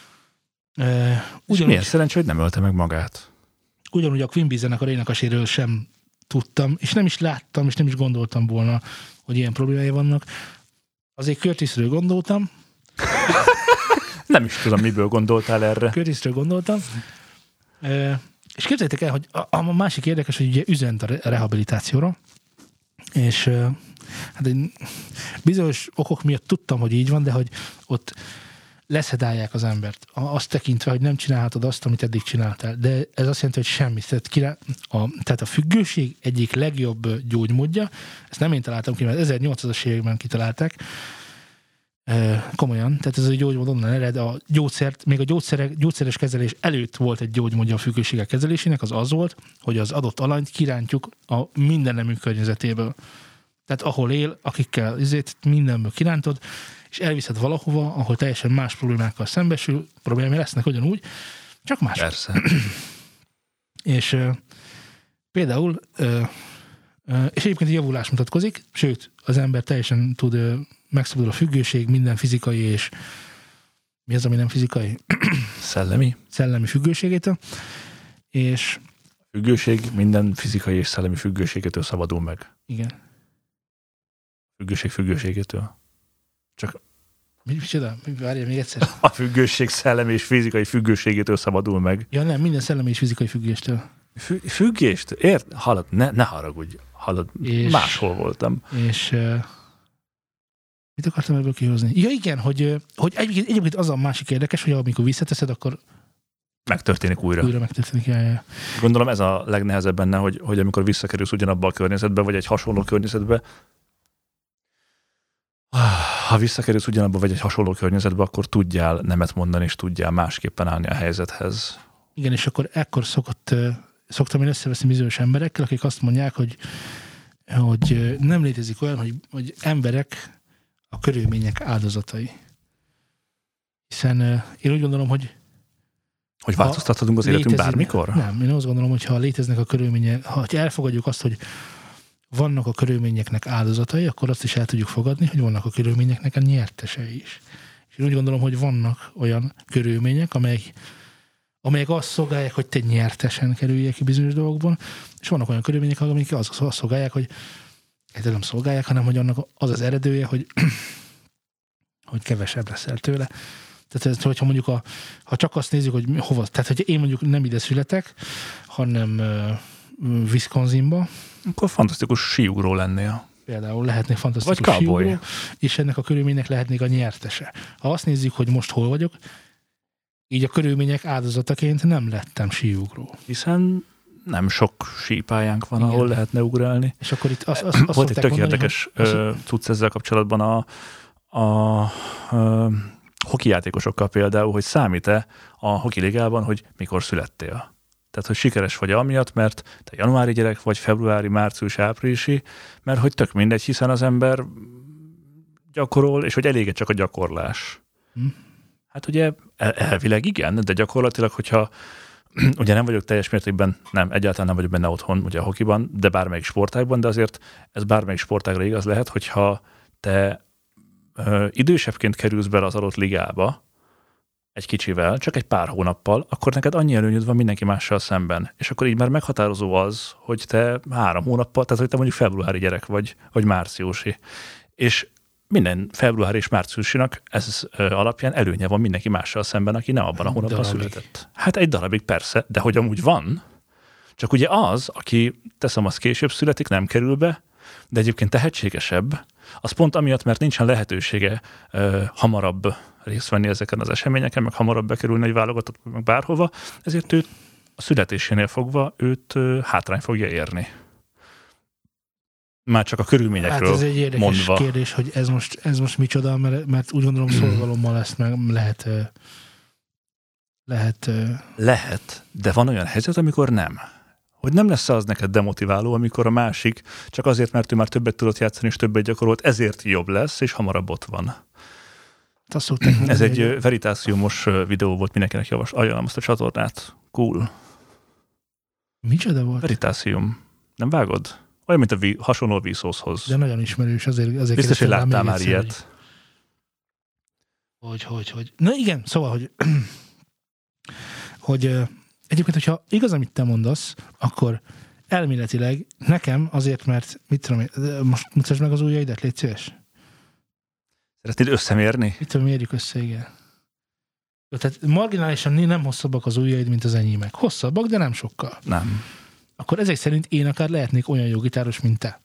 És milyen szerencsé, hogy nem ölte meg magát? Ugyanúgy a Quimby zenekar énekeséről sem tudtam, és nem is láttam, és nem is gondoltam volna, hogy ilyen problémái vannak. Azért Curtisről gondoltam. Nem is tudom, miből gondoltál erre. Curtisről gondoltam. És képzeljétek el, hogy a másik érdekes, hogy ugye üzent a rehabilitációra, és hát bizonyos okok miatt tudtam, hogy így van, de hogy ott leszedálják az embert. Azt tekintve, hogy nem csinálhatod azt, amit eddig csináltál. De ez azt jelenti, hogy semmi. Tehát a függőség egyik legjobb gyógymódja, ezt nem én találtam ki, mert 1800-as években kitalálták, komolyan, tehát ez a gyógymód onnan ered, még a gyógyszeres kezelés előtt volt egy gyógymódja a függőségek kezelésének, az volt, hogy az adott alanyt kirántjuk a mindennemű környezetéből. Tehát ahol él, akikkel mindenből kirántod, és elviszed valahova, ahol teljesen más problémákkal szembesül, problémái lesznek ugyanúgy, csak más. Persze. És például, és egyébként javulás mutatkozik, sőt, az ember teljesen tud megszabadul a függőség, minden fizikai és mi az, ami nem fizikai? Szellemi függőségétől. És függőség minden fizikai és szellemi függőségétől szabadul meg. Igen. Függőségétől. Csak micsoda? Várjál még egyszer. A függőség szellemi és fizikai függőségétől szabadul meg. Ja nem, minden szellemi és fizikai függéstől. Függést? Hallod, ne haragudj. Hallod, máshol voltam. És mit akartam ebből kihozni? Ja igen, hogy egyébként az a másik érdekes, hogy amikor visszateszed, akkor megtörténik újra. Újra megtörténik, ja. Gondolom ez a legnehezebb benne, hogy amikor visszakerülsz ugyanabba a környezetbe, vagy egy hasonló környezetbe, ha visszakerülsz ugyanabba, vagy egy hasonló környezetbe, akkor tudjál nemet mondani, és tudjál másképpen állni a helyzethez. Igen, és akkor ekkor szokott szoktam én összeveszni bizonyos emberekkel, akik azt mondják, hogy nem létezik olyan, hogy emberek a körülmények áldozatai. Hiszen én úgy gondolom, hogy változtathatunk az életünk bármikor? Nem, én azt gondolom, hogy ha léteznek a körülmények, ha elfogadjuk azt, hogy vannak a körülményeknek áldozatai, akkor azt is el tudjuk fogadni, hogy vannak a körülményeknek a nyertesei is. És én úgy gondolom, hogy vannak olyan körülmények, amelyek azt szolgálják, hogy te nyertesen kerüljél ki bizonyos dolgokból, és vannak olyan körülmények, amelyek azt szolgálják, hogy nem szolgálják, hanem hogy annak az az eredője, hogy kevesebb leszel tőle. Tehát, hogyha mondjuk, ha csak azt nézzük, hogy hova, tehát, hogyha én mondjuk nem ide születek, hanem Wisconsinba, akkor fantasztikus síugró lennél. Például lehetnék fantasztikus síugró, és ennek a körülménynek lehetnék a nyertese. Ha azt nézzük, hogy most hol vagyok, így a körülmények áldozataként nem lettem síugró. Hiszen nem sok sípályánk van, ahol lehetne ugrálni. És akkor itt azt volt egy tök érdekes cucc ezzel kapcsolatban a hoki játékosokkal például, hogy számít-e a hoki ligában, hogy mikor születtél. Tehát, hogy sikeres vagy amiatt, mert te januári gyerek vagy, februári, március, áprilisi, mert hogy tök mindegy, hiszen az ember gyakorol, és hogy elég csak a gyakorlás. Hát ugye elvileg igen, de gyakorlatilag, hogyha ugye nem vagyok teljes mértékben, egyáltalán nem vagyok benne otthon ugye a hokiban, de bármelyik sportágban, de azért ez bármelyik sportágra igaz lehet, hogyha te idősebbként kerülsz bele az adott ligába, egy kicsivel, csak egy pár hónappal, akkor neked annyi előnyöd van mindenki mással szemben. És akkor így már meghatározó az, hogy te 3 hónappal, tehát hogy te mondjuk februári gyerek vagy márciusi. És minden február és márciusinak ez alapján előnye van mindenki mással szemben, aki nem abban a hónapban született. Hát egy darabig persze, de hogy amúgy van, csak ugye az, aki teszem az később születik, nem kerül be, de egyébként tehetségesebb, az pont amiatt, mert nincsen lehetősége hamarabb részt venni ezeken az eseményeken, meg hamarabb bekerülni egy válogatott, meg bárhova, ezért őt a születésénél fogva őt hátrány fogja érni. Már csak a körülményekről mondva. Hát ez egy érdekes kérdés, hogy ez most micsoda, mert úgy gondolom szorgalommal ezt meg lehet, de van olyan helyzet, amikor nem. Hogy nem lesz az neked demotiváló, amikor a másik csak azért, mert ő már többet tudott játszani, és többet gyakorolt, ezért jobb lesz, és hamarabb ott van. Ez egy Veritasiumos videó volt, mindenkinek ajánlom azt a csatornát. Cool. Micsoda volt? Veritasium. Nem vágod? Olyan, mint hasonló Vsauce-hoz. De nagyon ismerős, azért biztos, hogy láttál már ilyet. Hogy. Na igen, szóval, hogy egyébként, hogyha igaz, amit te mondasz, akkor elméletileg nekem azért, mert mit tudom én, most mutasd meg az ujjaidat, légy szíves. Szeretnéd összemérni? Mit tudom, mérjük össze, igen. Tehát marginálisan nem hosszabbak az ujjaid, mint az enyémek. Hosszabbak, de nem sokkal. Nem. Akkor ezek szerint én akár lehetnék olyan jó gitáros, mint te.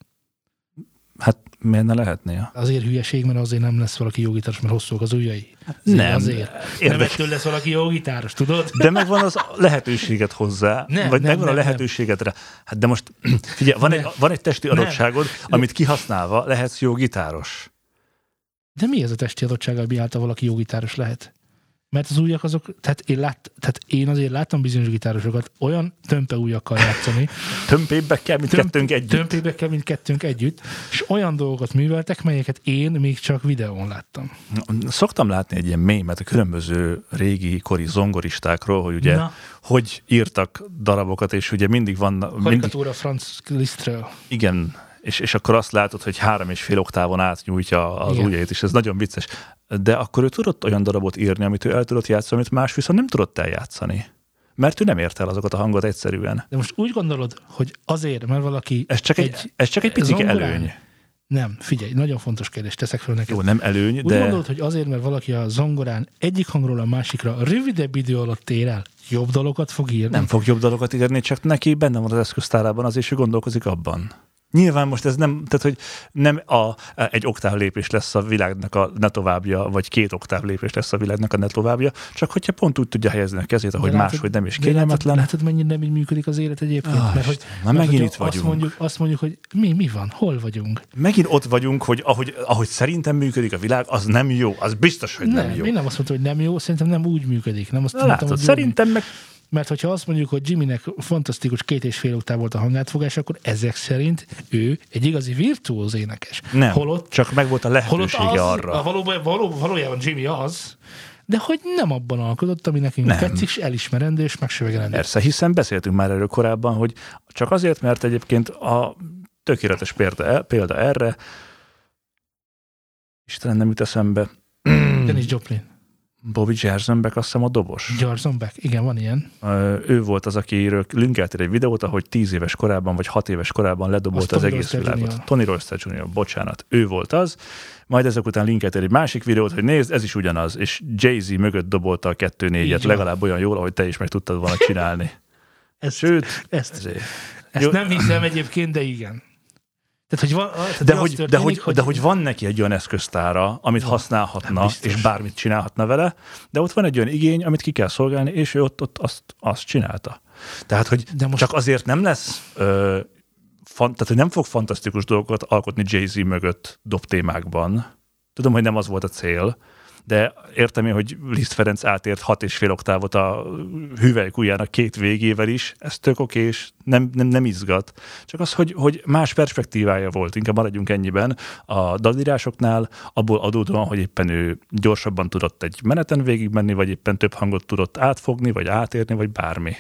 Hát miért ne lehetnél? Azért hülyeség, mert azért nem lesz valaki jó gitáros, mert hosszúak az ujjai. Nem. Azért. Nem ettől lesz valaki jó gitáros, tudod? De megvan az lehetőséget hozzá, megvan a lehetőségedre. Hát de most figyelj, van egy testi adottságod, amit kihasználva lehetsz jó gitáros. De mi ez a testi adottság, ami által valaki jó gitáros lehet? Mert az ujjak azok, tehát én azért láttam bizonyos gitárosokat olyan tömpe ujjakkal játszani. Tömpébbekkel, mint kettőnk együtt. Tömpébbekkel, mint kettőnk együtt. És olyan dolgokat műveltek, melyeket én még csak videón láttam. Szoktam látni egy ilyen mémet a különböző régi kori zongoristákról, hogy ugye hogy írtak darabokat, és ugye mindig van... Karikatúra Franz Lisztről. Igen, és akkor azt látod, hogy 3,5 oktávon átnyújtja az ujjait, és ez nagyon vicces. De akkor ő tudott olyan darabot írni, amit ő el tudott játszani, amit más viszont nem tudott eljátszani. Mert ő nem ért el azokat a hangot egyszerűen. De most úgy gondolod, hogy azért, mert valaki... Ez csak egy picike előny. Nem, figyelj, nagyon fontos kérdést teszek fel neked. Jó, nem előny, úgy gondolod, hogy azért, mert valaki a zongorán egyik hangról a másikra rövidebb idő alatt ér el, jobb dalokat fog írni? Nem fog jobb dalokat írni, csak neki benne van az eszköztárában az, és ő gondolkozik abban. Nyilván most ez nem, tehát hogy nem egy oktáv lépés lesz a világnak a ne továbbja, vagy 2 oktáv lépés lesz a világnak a ne továbbja, csak hogyha pont úgy tudja helyezni a kezét, ahogy máshogy nem is kényelmetlen. Látod, mennyire nem így működik az élet egyébként? Mert megint itt vagyunk. Azt mondjuk, hogy mi van, hol vagyunk? Megint ott vagyunk, hogy ahogy szerintem működik a világ, az nem jó, az biztos, hogy nem jó. Én nem azt mondtam, hogy nem jó, szerintem nem úgy működik. Nem azt látod, mondtam, hogy szerintem meg Mert hogyha azt mondjuk, hogy Jimmynek fantasztikus 2,5 oktáv volt a hangátfogás, akkor ezek szerint ő egy igazi virtuóz énekes. Nem, csak meg volt a lehetősége arra. Valójában Jimmy az, de hogy nem abban alkotott, ami nekünk tetszik, és elismerendő, és megsövegelendő. Persze, hiszen beszéltünk már erről korábban, hogy csak azért, mert egyébként a tökéletes példa erre, Istenem, nem jut eszembe. Janis Joplin. Bobby Jarzenbeck, azt hiszem a dobos. Jarzenbeck, igen, van ilyen. Ő volt az, akiről linkeltél egy videót, ahogy 10 éves korában, vagy 6 éves korában ledobolt az egész világot. Tony Royster Jr., bocsánat, ő volt az. Majd ezek után linkeltél egy másik videót, hogy nézd, ez is ugyanaz, és Jay-Z mögött dobolta a 2-4-et, legalább olyan jól, ahogy te is meg tudtad volna csinálni. Ezt nem hiszem egyébként, de igen. Tehát, hogy van neki egy olyan eszköztára, amit használhatna, és bármit csinálhatna vele, de ott van egy olyan igény, amit ki kell szolgálni, és ő ott azt csinálta. Tehát, hogy csak azért nem lesz, tehát, hogy nem fog fantasztikus dolgokat alkotni Jay-Z mögött dobtémákban. Tudom, hogy nem az volt a cél, de értem én, hogy Liszt Ferenc átért 6,5 oktávot a hüvelykujjának 2 végével is, ez tök oké, és nem izgat. Csak az, hogy más perspektívája volt, inkább maradjunk ennyiben. A dalírásoknál abból adódóan, hogy éppen ő gyorsabban tudott egy meneten végigmenni, vagy éppen több hangot tudott átfogni, vagy átérni, vagy bármi.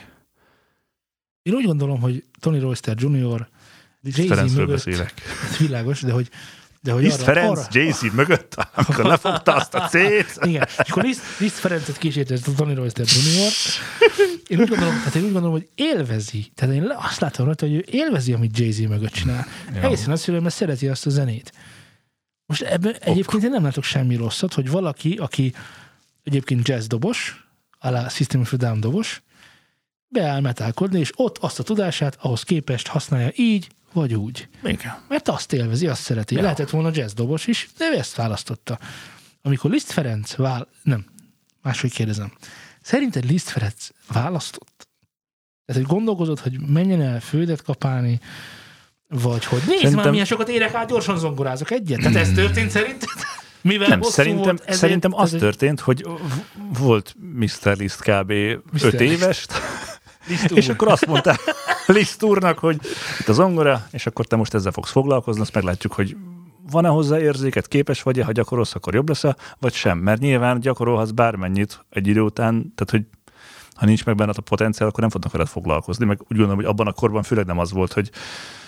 Én úgy gondolom, hogy Tony Royster Jr. Jay-Z mögött, világos, de hogy Liszt Ferenc Jay-Z mögött, amikor lefogta azt a C-t. Igen, és akkor Liszt Ferencet kísérte ez a Tony Royster Jr. Én úgy gondolom, hogy élvezi. Tehát én azt látom rajta, hogy ő élvezi, amit Jay-Z mögött csinál. Ja. Egészen azt mondom, mert szereti azt a zenét. Most ebben egyébként én nem látok semmi rosszat, hogy valaki, aki egyébként jazz dobos, alá System of a Down dobos, beáll metálkodni, és ott azt a tudását ahhoz képest használja így, vagy úgy. Igen. Mert azt élvezi, azt szereti. Ja. Lehetett volna jazz dobos is, de ő ezt választotta. Amikor Liszt Ferenc máshogy kérdezem. Szerinted Liszt Ferenc választott? Tehát, hogy gondolkozott, hogy menjen el földet kapálni, vagy hogy nézd már, milyen sokat érek át, gyorsan zongorázok egyet. Tehát ez történt szerinted? Mivel nem, szerintem az történt, hogy volt Mr. Liszt kb. 5 éves, és akkor azt mondta Liszt úrnak, hogy itt a zongora, és akkor te most ezzel fogsz foglalkozni, azt meglátjuk, hogy van-e hozzá érzéket, képes vagy-e, ha gyakorolsz, akkor jobb lesz, vagy sem. Mert nyilván gyakorolhatsz bármennyit egy idő után, tehát hogy ha nincs meg benned a potenciál, akkor nem fognak veled foglalkozni. Meg úgy gondolom, hogy abban a korban főleg nem az volt, hogy...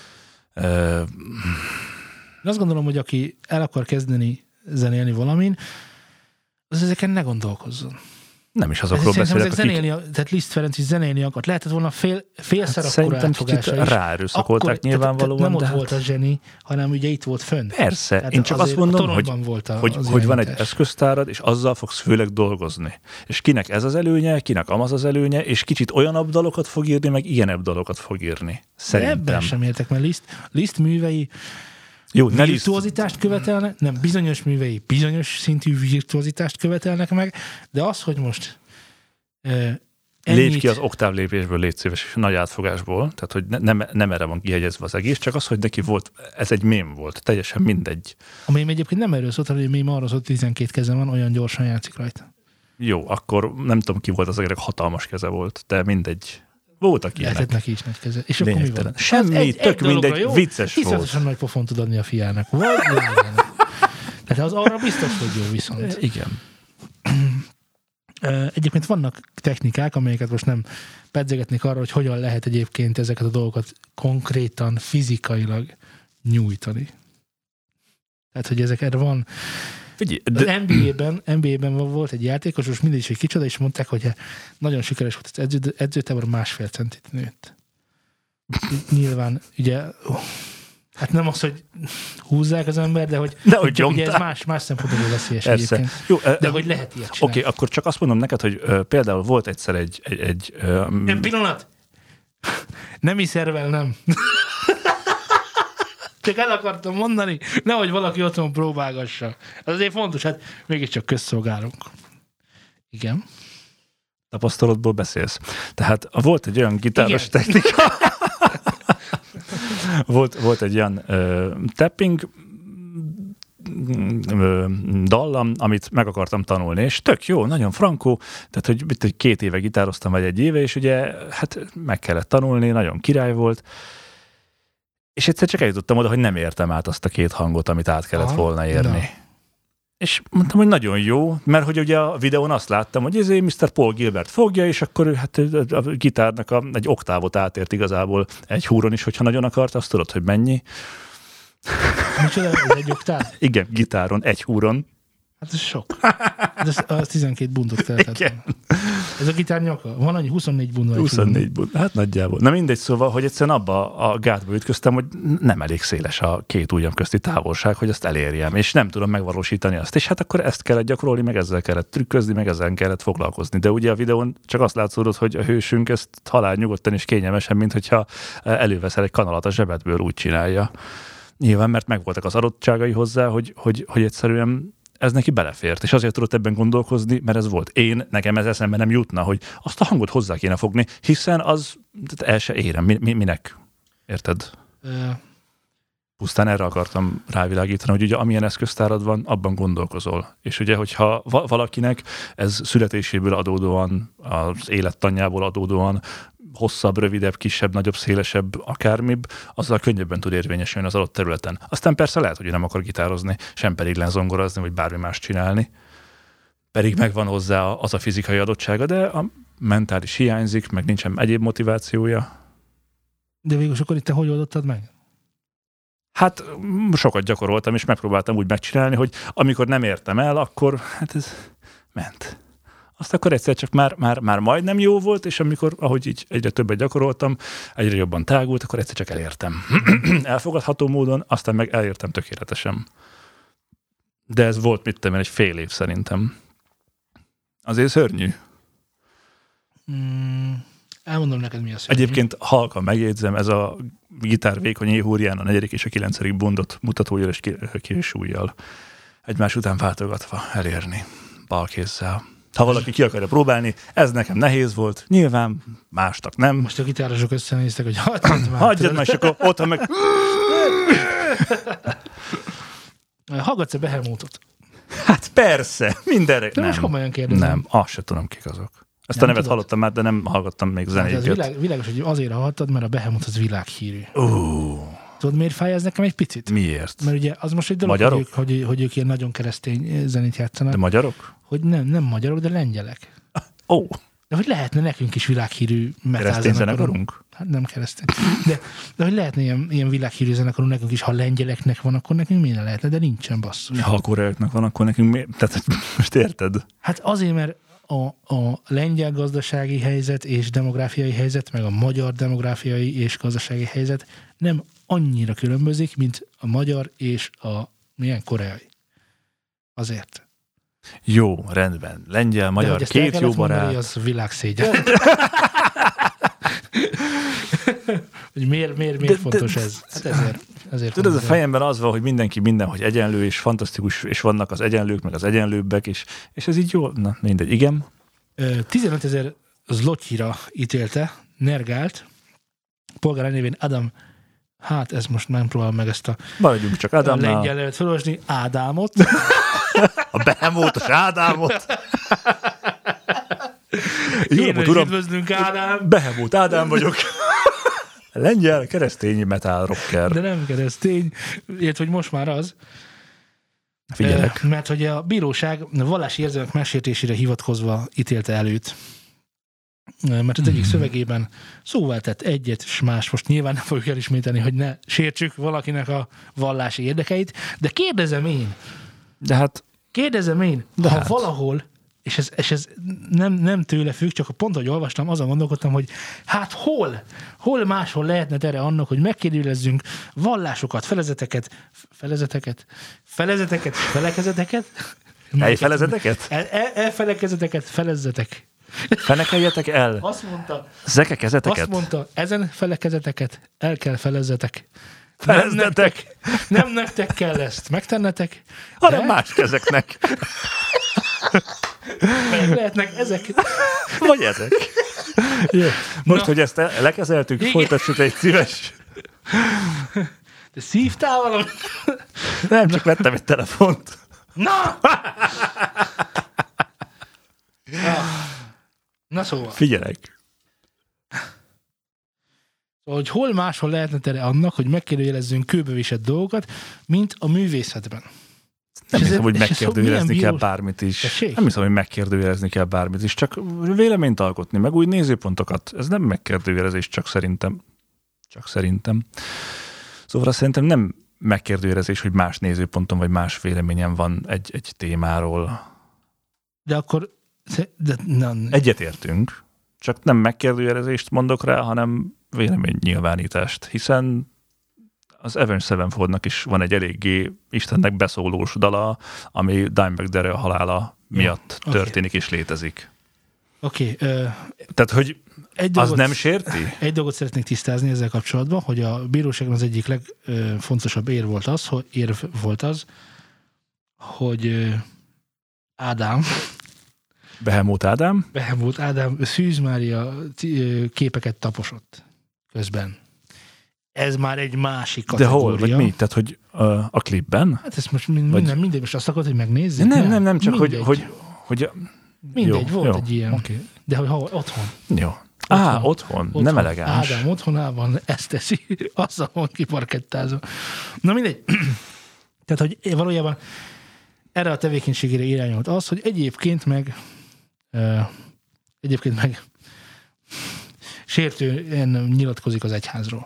Azt gondolom, hogy aki el akar kezdeni zenélni valamin, az ezeken ne gondolkozzon. Nem is azokról beszélek, tehát Liszt Ferenc is zenélni akart. Lehetett volna félszer akkor átfogása is. Ráerőszakolták nyilvánvalóan. Nem ott volt a zseni, hanem ugye itt volt fönt. Persze. Tehát én csak azt mondom, hogy van egy eszköztárad, és azzal fogsz főleg dolgozni. És kinek ez az előnye, kinek amaz az előnye, és kicsit olyanabb dalokat fog írni, meg ilyenebb dalokat fog írni. Szerintem. Ebben sem értek, mert Liszt művei virtuozitást követelnek, nem, bizonyos művei bizonyos szintű virtuozitást követelnek meg, de az, hogy most lépj ki az oktáv lépésből, légy szíves, és nagy átfogásból, tehát hogy nem erre van kihegyezve az egész, csak az, hogy neki volt, ez egy mém volt, teljesen mindegy. A mém egyébként nem erről szólt, hogy a mém arra szólt, 12 keze van, olyan gyorsan játszik rajta. Jó, akkor nem tudom ki volt az a hatalmas keze volt, de mindegy. Voltak ilyenek. Lehetett neki is nagy keze. És akkor mi van? Semmi, tök mindegy, jó? Vicces volt. Iszonyatosan nagy pofont tud adni a fiának. Vagy tehát az arra biztos, hogy jó viszont. Igen. Egyébként vannak technikák, amelyeket most nem pedzegetnék arra, hogy hogyan lehet egyébként ezeket a dolgokat konkrétan, fizikailag nyújtani. Tehát, hogy ezek erre van... Az NBA-ben volt egy játékos, most mindig is egy kicsoda, és mondták, hogy nagyon sikeres volt az edzőtábor, 1,5 centit nőtt. Nyilván, ugye, hát nem az, hogy húzzák az ember, de hogy ugye ez más szempontból veszélyes egyébként. Jó, de hogy lehet ilyet csinálni. Oké, akkor csak azt mondom neked, hogy például volt egyszer egy pillanat! Nemi szervel nem. Csak el akartam mondani, nehogy valaki otthon próbálgassa. Ez azért fontos, hát mégiscsak közszolgálunk. Igen. Tapasztalatból beszélsz. Tehát volt egy olyan gitáros technika, volt egy olyan tapping dallam, amit meg akartam tanulni, és tök jó, nagyon frankó, tehát hogy 2 éve gitároztam, vagy 1 éve, és ugye hát meg kellett tanulni, nagyon király volt, és egyszer csak eljutottam oda, hogy nem értem át azt a 2 hangot, amit át kellett volna érni. Na. És mondtam, hogy nagyon jó, mert hogy ugye a videón azt láttam, hogy ezért Mr. Paul Gilbert fogja, és akkor ő hát a gitárnak egy oktávot átért igazából egy húron is, hogyha nagyon akart, azt tudod, hogy mennyi. Micsoda, ez egy oktáv? Igen, gitáron, 1 húron. Hát ez sok. Ez 12 bundot feltett. Igen. Ez a gitár nyaka? Van annyi? 24 bund? 24 bund. Hát nagyjából. Na mindegy, szóval, hogy egyszerűen abba a gátba ütköztem, hogy nem elég széles a 2 ujjam közti távolság, hogy azt elérjem, és nem tudom megvalósítani azt. És hát akkor ezt kellett gyakorolni, meg ezzel kellett trükközni, meg ezzel kellett foglalkozni. De ugye a videón csak azt látszódott, hogy a hősünk ezt halál nyugodtan és kényelmesen, mint hogyha előveszel egy kanalat a zsebedből, úgy csinálja. Nyilván, mert megvoltak az adottságai hozzá, hogy egyszerűen ez neki belefért, és azért tudott ebben gondolkozni, mert ez volt. Nekem ez eszembe nem jutna, hogy azt a hangot hozzá kéne fogni, hiszen az el se érem. Minek? Érted? Pusztán erre akartam rávilágítani, hogy ugye amilyen eszköztárad van, abban gondolkozol. És ugye, hogyha valakinek ez születéséből adódóan, az élettanjából adódóan hosszabb, rövidebb, kisebb, nagyobb, szélesebb, akármibb, azzal könnyebben tud érvényesülni az adott területen. Aztán persze lehet, hogy ő nem akar gitározni, sem pedig lenzongorazni, vagy bármi más csinálni. Pedig megvan hozzá az a fizikai adottsága, de a mentális hiányzik, meg nincsen egyéb motivációja. De végül akkor itt te hogy oldottad meg? Hát sokat gyakoroltam, és megpróbáltam úgy megcsinálni, hogy amikor nem értem el, akkor hát ez ment. Azt akkor egyszer csak már majdnem jó volt, és amikor, ahogy így egyre többet gyakoroltam, egyre jobban tágult, akkor egyszer csak elértem. Elfogadható módon, aztán meg elértem tökéletesen. De ez volt, mit tudom én, egy fél év szerintem. Azért szörnyű. Elmondom neked, mi a szörnyű. Egyébként halkan megjegyzem, ez a gitár vékony éhúrján a 4. és a 9. bundot mutatójal és késújjal egymás után váltogatva elérni balkézzel. Ha valaki ki akarja próbálni, ez nekem nehéz volt, nyilván másnak nem. Most a gitárosok összenéztek, hogy hagyjad már, és akkor otthon meg... Hallgatsz-e Behemothot? Hát persze, mindenre. De most komolyan kérdezem. Nem, azt se tudom, kik azok. Ezt a nevet hallottam már, de nem hallgattam még zenéjüket. Hát világos, hogy azért hallgattad, mert a Behemoth az világhírű. Tudod, miért fáj ez nekem egy picit? Miért? Mert ugye az most egy dolog, hogy ők ilyen nagyon keresztény zenét játszanak. De magyarok? Hogy nem magyarok, de lengyelek. De hogy lehetne nekünk is világhírű keresztény zenekarunk? Hát nem keresztény. De hogy lehetne ilyen világhírű zenekarunk nekünk is, ha lengyeleknek van, akkor nekünk miért lehetne, de nincsen basszus. Ha a koreaiaknak van, akkor nekünk miért? Tehát most érted? Hát azért, mert a lengyel gazdasági helyzet és demográfiai helyzet, meg a magyar demográfiai és gazdasági helyzet nem annyira különbözik, mint a magyar és a milyen koreai. Azért. Jó, rendben. Lengyel, magyar, két jó barát. Mondani, az világszégyen. Hogy miért fontos ez? Hát ezért tudod, a fejemben az van, hogy mindenki mindenhogy egyenlő, és fantasztikus, és vannak az egyenlők, meg az egyenlőbbek, és ez így jó. Na, mindegy, igen. 15 000 zlotyira ítélte Nergált, polgár névén Adam, hát ez most nem próbálom meg ezt maradjunk csak Adamnál. A lengyel nevet felolvasni, Ádámot. A Behemothos Ádámot. Jó napot, uram! Üdvözlünk, Ádám! Behemoth Ádám vagyok. Lengyel, keresztény metal rocker. De nem keresztény, illetve hogy most már az. Figyelek. Mert hogy a bíróság vallási érzelmek megsértésére hivatkozva ítélte előtt. Mert az egyik szövegében szóval tett egyet és más. Most nyilván nem fogjuk elismételni, hogy ne sértsük valakinek a vallási érdekeit, de kérdezem én. Ha valahol, és ez nem tőle függ, csak pont, hogy olvastam, azon gondolkodtam, hogy hát hol máshol lehetne tere annak, hogy megkérdőjelezzünk vallásokat, felezeteket, felezeteket? Fenekeljetek el. Azt mondta. Zekekezeteket. Azt mondta, ezen felekezeteket el kell felezzetek. Nem nektek kell ezt megtennetek, hanem más kezeknek. Lehetnek ezek. Vagy ezek. Jó. Most, hogy ezt lekezeltük, folytassuk egy szíves. De szívtál valamit? Nem, csak vettem egy telefont. Na! Na szóval. Figyelek. Szóval, hogy hol máshol lehetne tere annak, hogy megkérdőjelezzünk kőbevésett dolgokat, mint a művészetben. Nem hiszem, hogy megkérdőjelezni kell bírós... bármit is. Tessék? Nem hiszem, hogy megkérdőjelezni kell bármit is, csak véleményt alkotni, meg új nézőpontokat. Ez nem megkérdőjelezés, csak szerintem. Szóval szerintem nem megkérdőjelezés, hogy más nézőponton vagy más véleményen van egy témáról. De akkor... Egyetértünk, csak nem megkérdőjelezést mondok rá, hanem véleménynyilvánítást, hiszen az Avenged Sevenfoldnak is van egy eléggé Istennek beszólós dala, ami Dimebag Darrell halála miatt történik és létezik. Oké. Tehát, hogy az nem sérti? Egy dolgot szeretnék tisztázni ezzel kapcsolatban, hogy a bíróságon az egyik legfontosabb érv volt az, hogy Ádám, Behemoth Ádám Szűz Mária képeket taposott közben. Ez már egy másik kategória. De hol? Vagy mi? Tehát, hogy a klipben? Hát ezt most mindegy, most azt akarod, hogy megnézzük? Nem, csak mindegy. hogy mindegy, jó, volt egy ilyen. Okay. De hogy otthon. Jó. Otthon. Nem elegáns. Ádám otthonában ezt teszi, azzal van kiparkettázva. Na mindegy. Tehát, hogy valójában erre a tevékenységére irányolt az, hogy egyébként meg sértően nyilatkozik az egyházról.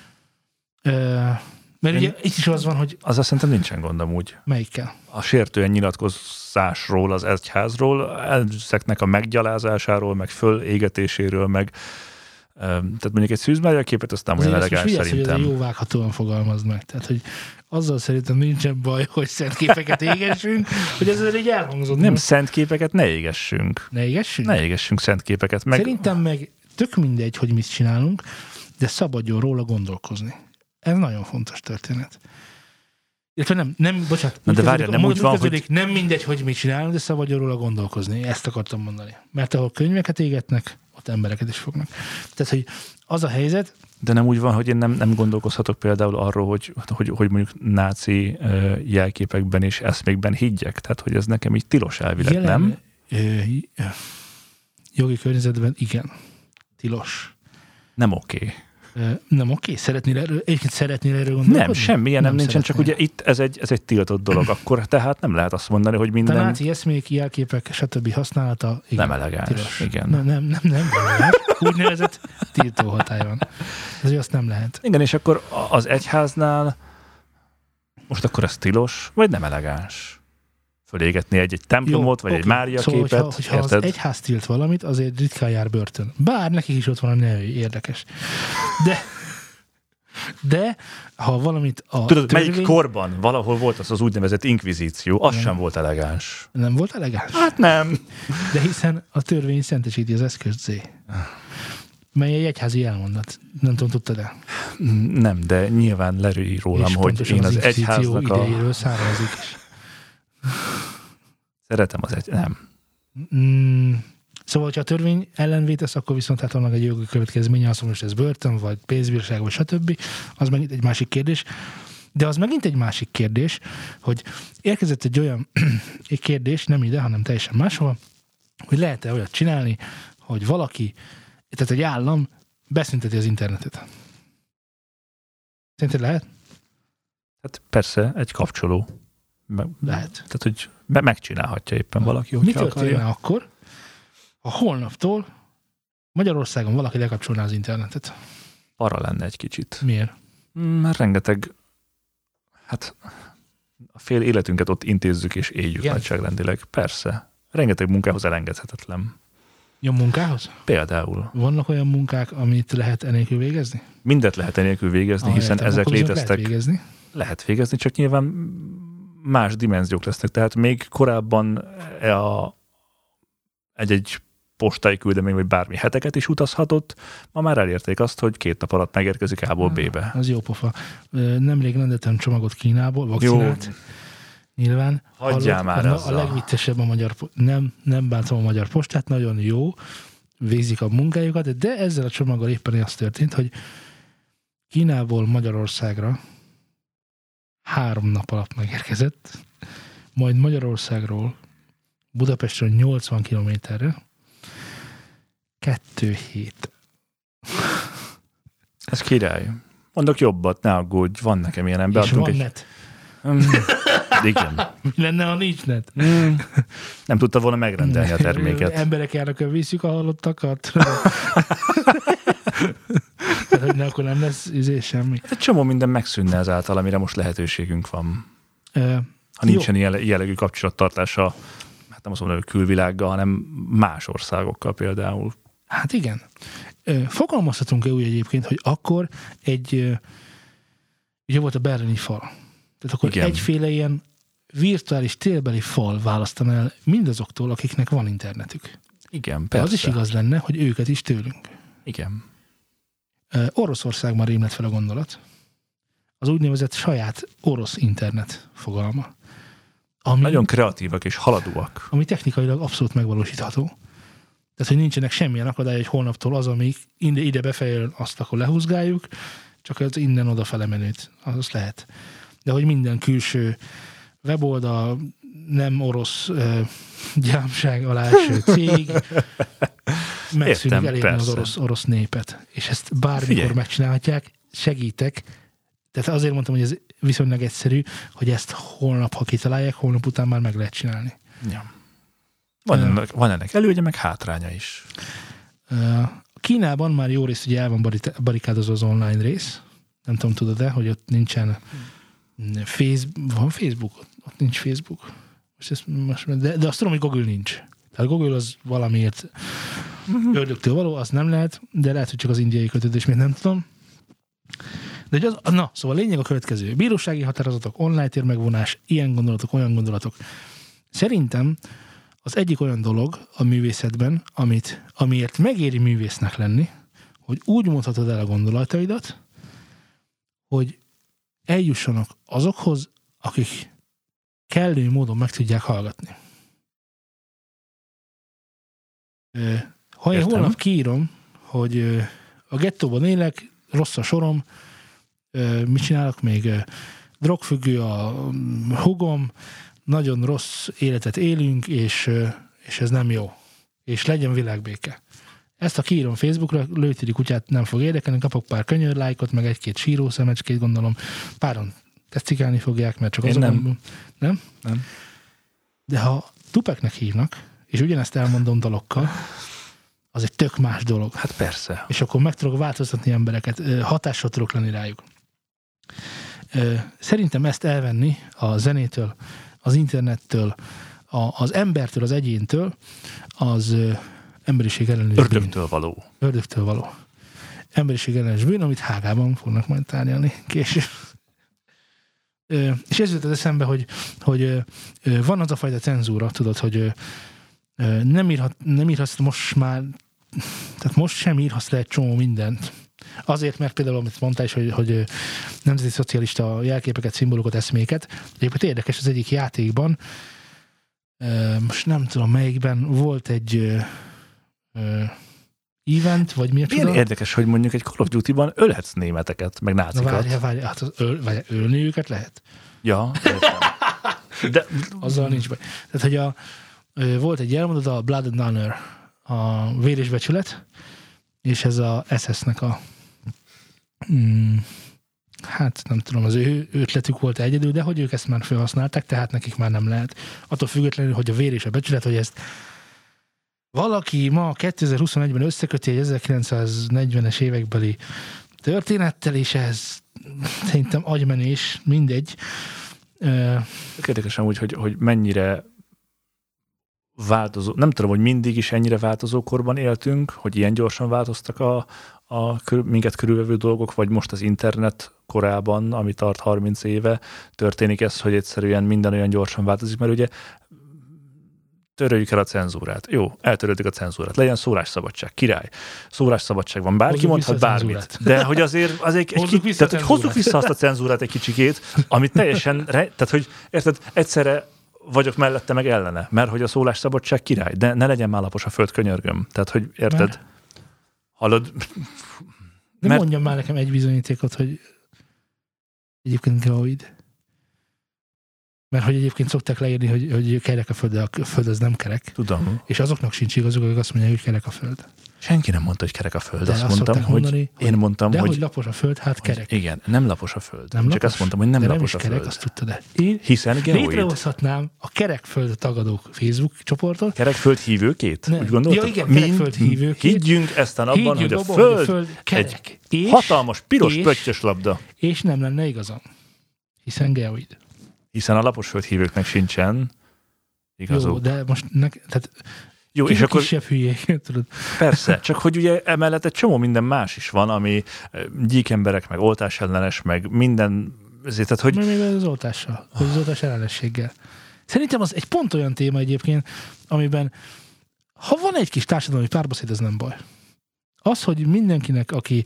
Mert ugye itt is az van, hogy... Azzal szerintem nincsen gondom úgy. Melyikkel? A sértően nyilatkozásról, az egyházról, ezeknek a meggyalázásáról, meg fölégetéséről, meg tehát mondjuk egy Szűz Mária képet, azt nem olyan elegáns szerintem. Hogy jó vághatóan fogalmazd meg. Tehát, hogy azzal szerintem nincsen baj, hogy szent képeket égessünk, hogy ezzel így elhangzott. Nem szent képeket ne égessünk. Ne égessünk? Ne égessünk szent képeket. Meg... Szerintem meg tök mindegy, hogy mit csinálunk, de szabadjon róla gondolkozni. Ez nagyon fontos történet. Illetve bocsánat. Na de várjál, nem úgy van, hogy... Nem mindegy, hogy mit csinálunk, de szabadjon róla gondolkozni. Ezt akartam mondani. Mert ahol könyveket égetnek, ott embereket is fognak. Tehát, hogy az a helyzet... De nem úgy van, hogy én nem gondolkozhatok például arról, hogy mondjuk náci jelképekben és eszmékben higgyek. Tehát, hogy ez nekem így tilos elvileg, nem? Jogi környezetben igen. Tilos. Nem oké. Nem oké? Szeretnél erről gondolkodni? Nem, semmilyen nem nincsen, csak ugye itt ez egy tiltott dolog. Akkor tehát nem lehet azt mondani, hogy minden... A náci eszmék, jelképek, stb. Használata... Igen, nem elegáns. Tilos. Igen. Nem elegáns. Úgynevezett tiltó hatály van. Ezért azt nem lehet. Igen, és akkor az egyháznál most akkor ez tilos, vagy nem elegáns? Fölégetni egy templomot, vagy egy Mária képet. Hogyha az egyház tilt valamit, azért ritkán jár börtön. Bár nekik is ott van a neve, érdekes. De ha valamit a tudod, melyik korban valahol volt az úgynevezett inkvizíció, az sem volt elegáns. Nem volt elegáns? Hát nem. De hiszen a törvény szentesíti az eszközt, Zé. Mely egy egyházi elmondat. Nem tudom, tudtad-e? Nem, de nyilván lerői rólam, hogy én az egyháznak a... idejéről származik is. Szeretem nem. Szóval, hogyha a törvény ellen vétesz, akkor viszont hát annak egy jogi következménye, azt mondom, hogy ez börtön, vagy pénzbírság, vagy stb. Az megint egy másik kérdés. De az megint egy másik kérdés, hogy érkezett egy olyan kérdés, nem ide, hanem teljesen máshol, hogy lehet-e olyat csinálni, hogy valaki, tehát egy állam beszünteti az internetet. Szerinted lehet? Hát persze, egy kapcsoló. Lehet. Tehát, hogy megcsinálhatja éppen valaki, hogyha mi történne akkor, ha holnaptól Magyarországon valaki lekapcsolná az internetet? Para lenne egy kicsit. Miért? Mert rengeteg, hát a fél életünket ott intézzük és éljük nagyságrendileg. Persze. Rengeteg munkához elengedhetetlen. Jó munkához? Például. Vannak olyan munkák, amit lehet enélkül végezni? Mindet lehet enélkül végezni, hiszen ezek léteztek. Lehet végezni, csak nyilván más dimenziók lesznek. Tehát még korábban egy postai küldemény, vagy bármi heteket is utazhatott, ma már elérték azt, hogy 2 nap alatt megérkezik A-ból B-be. Az jó pofa. Nemrég rendeltem csomagot Kínából, vakcinát. Jó. Nyilván. Hagyjál már a legviccesebb a magyar, nem bántom a magyar postát, nagyon jó, végzik a munkájukat, de ezzel a csomaggal éppen az történt, hogy Kínából Magyarországra 3 nap alatt megérkezett, majd Magyarországról Budapestről 80 kilométerre 2 hét. Ez király. Mondok jobbat, ne aggódj, van nekem ilyen ember. És van net. Igen. Mi lenne, ha nincs net? Nem tudta volna megrendelni a terméket. Emberek járnak, visszük a halottakat. Tehát, akkor nem lesz semmi. Egy csomó minden megszűnne ezáltal, amire most lehetőségünk van. Ha nincsen jellegű kapcsolattartása, hát nem azt mondom, hogy külvilággal, hanem más országokkal például. Hát igen. Fogalmazhatunk-e úgy egyébként, hogy akkor ugye volt a berlini fal. Tehát akkor igen. Egyféle ilyen virtuális térbeli fal választan el mindazoktól, akiknek van internetük. Igen, persze. Az is igaz lenne, hogy őket is tőlünk. Igen. Oroszországban rém lett fel a gondolat. Az úgynevezett saját orosz internet fogalma. Ami, nagyon kreatívak és haladóak. Ami technikailag abszolút megvalósítható. Tehát, hogy nincsenek semmilyen akadály, hogy holnaptól az, ami ide befejel, azt akkor lehúzgáljuk, csak az innen odafele menőt, az lehet. De hogy minden külső weboldal, nem orosz gyámság alá eső cég megszűnik elérni az orosz népet. És ezt bármikor megcsinálhatják, segítek. Tehát azért mondtam, hogy ez viszonylag egyszerű, hogy ezt holnap, ha kitalálják, holnap után már meg lehet csinálni. Ja. Van ennek előnye, meg hátránya is. Kínában már jó rész ugye el van barikádozva az online rész. Nem tudom, tudod-e, hogy ott nincsen van Facebook? Ott nincs Facebook. De azt tudom, hogy Google nincs. Tehát Google az valamiért ördögtől való, az nem lehet, de lehet, hogy csak az indiai kötődés, még nem tudom. De hogy szóval a lényeg a következő. Bírósági határozatok, online térmegvonás, ilyen gondolatok, olyan gondolatok. Szerintem az egyik olyan dolog a művészetben, amiért megéri művésznek lenni, hogy úgy mondhatod el a gondolataidat, hogy eljussanak azokhoz, akik kellő módon meg tudják hallgatni. Ha én holnap kiírom, hogy a gettóban élek, rossz a sorom, mit csinálok még? Drogfüggő a hugom, nagyon rossz életet élünk, és ez nem jó. És legyen világbéke. Ezt, ha kiírom Facebookra, lőtéri kutyát nem fog érdekelni, kapok pár könyörlájkot, meg 1-2 síró szemecskét, gondolom. Páron tetszik fogják, mert csak azok... Nem? Nem. De ha Tupacnek hívnak, és ugyanezt elmondom dalokkal, az egy tök más dolog. Hát persze. És akkor meg tudok változtatni embereket, hatással tudok lenni rájuk. Szerintem ezt elvenni a zenétől, az internettől, az embertől, az egyéntől, az emberiség ellenes bűn. Ördögtől való. Emberiség ellenes bűn, amit Hágában fognak majd tárgyalni később. És ez jutott eszembe, hogy van az a fajta cenzúra, tudod, hogy nem írhatsz most már, tehát most sem írhatsz le egy csomó mindent. Azért, mert például, amit mondtál is, hogy nemzeti szocialista jelképeket, szimbólokat, eszméket. Egyébként érdekes, az egyik játékban, most nem tudom melyikben, volt egy event, vagy mi a csoda? Milyen érdekes, hogy mondjuk egy Call of Duty-ban ölhetsz németeket, meg nácikat. Na várjál, hát ölni őket lehet? Ja, de azzal nincs baj. Tehát, hogy volt egy elmondat, a Blood and Honor, a vér és becsület, és ez a SS-nek a hát nem tudom, az ő ötletük volt egyedül, de hogy ők ezt már felhasználták, tehát nekik már nem lehet. Attól függetlenül, hogy a vér és a becsület, hogy ezt valaki ma 2021-ben összeköti egy 1940-es évekbeli történettel, és ez szerintem agymenés, mindegy. Érdekes amúgy, hogy mennyire változó, nem tudom, hogy mindig is ennyire változó korban éltünk, hogy ilyen gyorsan változtak a minket körülvevő dolgok, vagy most az internet korában, ami tart 30 éve, történik ez, hogy egyszerűen minden olyan gyorsan változik, mert ugye töröljük el a cenzúrát. Jó, eltöröltük a cenzúrát. Legyen szólásszabadság, király. Szólásszabadság van, bárki mondhat bármit. De hogy azért tehát, hogy hozzuk vissza azt a cenzúrát egy kicsikét, ami teljesen, tehát hogy érted, egyszerre vagyok mellette meg ellene, mert hogy a szólásszabadság király, de ne legyen már lapos a föld, könyörgöm. Tehát, hogy érted? Hallod? De mondjam már nekem egy bizonyítékot, hogy egyébként gravid. Mert hogy egyébként szokták leírni, hogy kerek a föld, de a föld az nem kerek. Tudom. És azoknak sincs igazuk, akik azt mondják, hogy kerek a föld. Senki nem mondta, hogy kerek a föld. De azt mondtam, mondani, én mondtam, de hogy... hogy lapos a föld, hát kerek. Igen, nem lapos a föld. Nem Csak lapos? azt mondtam, hogy nem de lapos nem a is kerek, föld. azt tudtad de. Én Hiszen geoid. létrehozhatnám a kerekföld tagadók Facebook csoportot. Kerekföld hívőkét? Nem. Úgy gondoltad? Ja, igen, kerekföld hívőkét. Higgyünk eztán abban, hogy a föld kerek. egy hatalmas, piros pöttyös labda. És nem lenne igazam. Hiszen geoid. Hiszen a lapos föld hívőknek sincsen igazuk. Jó, de most tehát jó, és akkor kisebb hülyék, tudod. persze, csak hogy ugye emellett egy csomó minden más is van, ami gyíkemberek, meg oltásellenes, meg minden, ezért, tehát hogy... Még az oltással, vagy az oltás ellenességgel. Szerintem az egy pont olyan téma egyébként, amiben ha van egy kis társadalmi párbeszéd, ez nem baj. Az, hogy mindenkinek, akinek,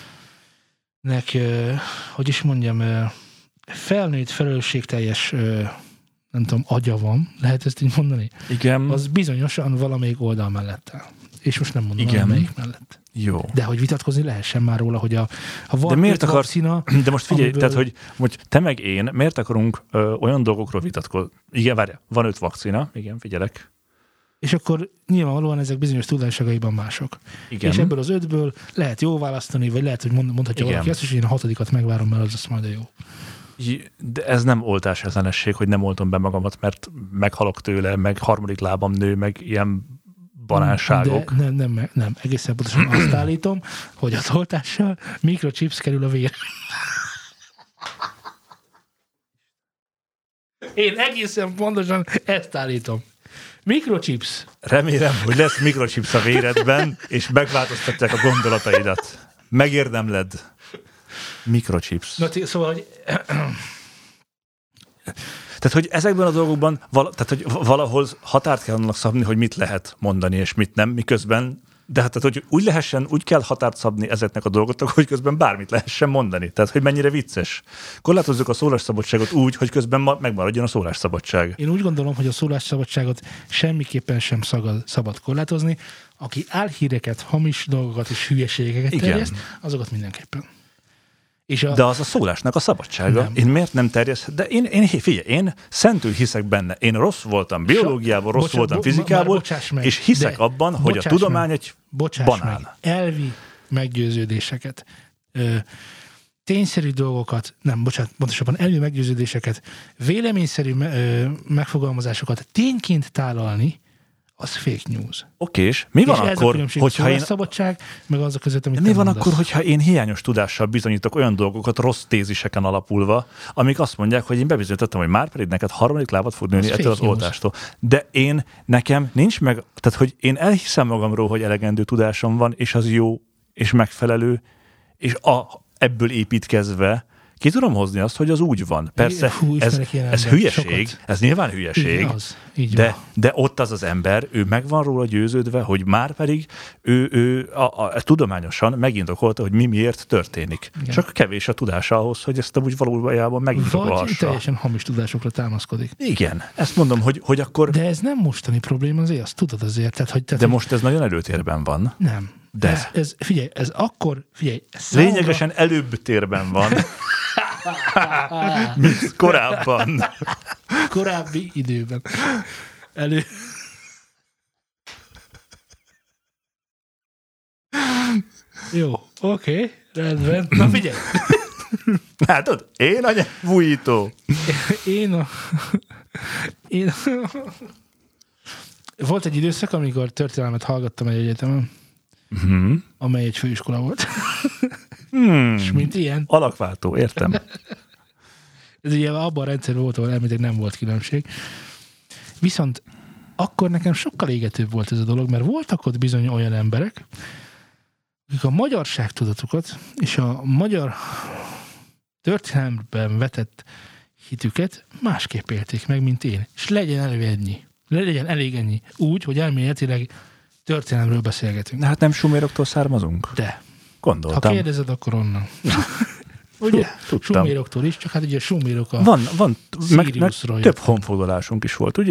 hogy is mondjam, felnőtt, felelősségteljes, nem tudom, agya van, lehet ezt így mondani? Igen. Az bizonyosan valamelyik oldal mellett áll. És most nem mondom, igen. melyik mellett. Jó. De hogy vitatkozni lehessen már róla, hogy ha van de miért öt vakcina... De most figyelj, amiből... tehát, hogy te meg én, miért akarunk olyan dolgokról vitatkozni? Igen, várjál, van 5 vakcina, igen, figyelek. És akkor nyilvánvalóan ezek bizonyos tulajdonságaiban mások. Igen. És ebből az 5-ből lehet jó választani, vagy lehet, hogy mondhatja igen. valaki azt is, hogy én a 6-at megvárom, mert az lesz majd a jó. De ez nem oltás ellenesség, hogy nem oltom be magamat, mert meghalok tőle, meg harmadik lábam nő, meg ilyen banánságok. De nem. Egészen pontosan azt állítom, hogy az oltással mikrochips kerül a vér. Én egészen pontosan ezt állítom. Mikrochips. Remélem, hogy lesz mikrochips a véredben, és megváltoztatják a gondolataidat. Megérdemled. Mikrochips. Na, szóval, hogy... Tehát, hogy ezekben a dolgokban tehát, hogy valahol határt kell annak szabni, hogy mit lehet mondani, és mit nem, miközben, de hát, tehát, hogy úgy kell határt szabni ezeknek a dolgoknak, hogy közben bármit lehessen mondani. Tehát, hogy mennyire vicces. Korlátozzuk a szólásszabadságot úgy, hogy közben megmaradjon a szólásszabadság. Én úgy gondolom, hogy a szólásszabadságot semmiképpen sem szabad korlátozni. Aki álhíreket, hamis dolgokat és hülyeségeket terjeszt, azokat mindenképpen. De az a szólásnak a szabadsága. Nem. Én miért nem terjeszhet? De én szentül hiszek benne. Én rossz voltam biológiából, rossz voltam fizikából, és hiszek abban, hogy a tudomány egy banán. Meg. Elvi meggyőződéseket, tényszerű dolgokat, pontosabban elvi meggyőződéseket, véleményszerű megfogalmazásokat tényként tálalni, az fake news. Oké, és mi van akkor, hogyha én... szabadság, meg az a között, amit mi van akkor, hogyha én hiányos tudással bizonyítok olyan dolgokat rossz téziseken alapulva, amik azt mondják, hogy én bebizonyítottam, hogy már pedig neked harmadik lábat fog nőni ettől az oltástól. De nekem nincs meg, tehát hogy én elhiszem magamról, hogy elegendő tudásom van, és az jó, és megfelelő, és ebből építkezve ki tudom hozni azt, hogy az úgy van. Persze, ez hülyeség, sokat. Ez nyilván hülyeség, de ott az ember, ő meg van róla győződve, hogy már pedig ő tudományosan megindokolta, hogy miért történik. Igen. Csak kevés a tudása ahhoz, hogy ezt úgy valójában megindokolhassa. Vagy teljesen hamis tudásokra támaszkodik. Igen, ezt mondom, hogy akkor... De ez nem mostani probléma azért, azt tudod azért. Tehát, most ez nagyon előtérben van. Nem. De. Figyelj, lényegesen előbb térben van. Mint korábban. Korábbi időben. Jó, oké, rendben. Na figyelj! Látod? Én a nyelvújító. Volt egy időszak, amikor történelmet hallgattam egy egyetemen, amely egy főiskola volt. És mint ilyen. Alakváltó, értem. Ez ugye abban a rendszerben volt, ahol elméletileg nem volt különbség. Viszont akkor nekem sokkal égetőbb volt ez a dolog, mert voltak ott bizony olyan emberek, akik a magyarságtudatukat és a magyar történelemben vetett hitüket másképp élték meg, mint én. És legyen elég ennyi. Úgy, hogy elméletileg történelemről beszélgetünk. Hát nem suméroktól származunk? De. Gondoltam. Ha kérdezed, akkor onnan. Ugye? Suméroktól is, csak hát ugye a sumérok a van meg több honfoglalásunk is volt, ugye?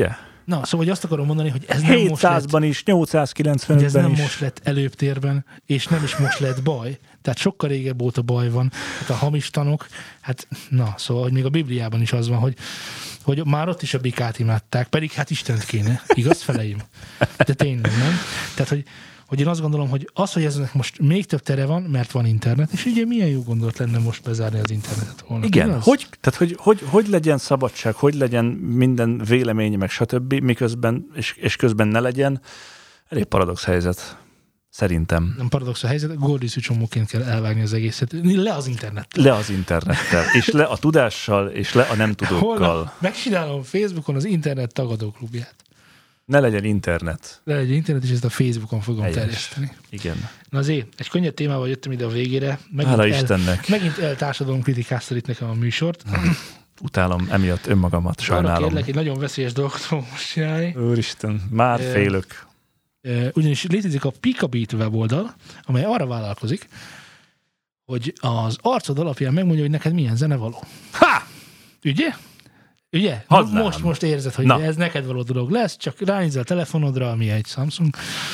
Na, szóval hogy azt akarom mondani, hogy ez nem most lett, 700-ban is, 895-ben hogy ez nem is. most lett előtérben, és nem is most lett baj. Tehát sokkal régebb óta baj van. Hát a hamis tanok, hát na, szóval hogy még a Bibliában is az van, hogy már ott is a bikát imádták, pedig hát Istent kéne, igaz feleim? De tényleg, nem? Tehát, hogy én azt gondolom, hogy az, hogy eznek most még több tere van, mert van internet, és ugye milyen jó gondolat lenne most bezárni az internetet volna. Igen, hogy legyen szabadság, hogy legyen minden vélemény, meg stb., miközben, és közben ne legyen. Elég paradox helyzet. Szerintem. Nem paradox a helyzet, gordiszű csomóként kell elvágni az egészet. Le az internettel. Le az internettel, és le a tudással, és le a nem tudókkal. Megcsinálom Facebookon az internet tagadó klubját. Ne legyen internet. Le legyen internet, és ezt a Facebookon fogom Helyes. terjeszteni. Igen. Na azért, egy könnyed témával jöttem ide a végére. Hála Istennek. Megint eltársadalom kritikáztad itt nekem a műsort. Utálom emiatt önmagamat, Arra sajnálom. kérlek, egy nagyon veszélyes dolgot fogom most csinálni. Úristen, már félök. Ugyanis létezik a Picabit weboldal, amely arra vállalkozik, hogy az arcod alapján megmondja, hogy neked milyen zene való. Ha! Ugye? Ugye? Most érzed, hogy ez neked való dolog lesz, csak ránézel a telefonodra, ami egy Samsung.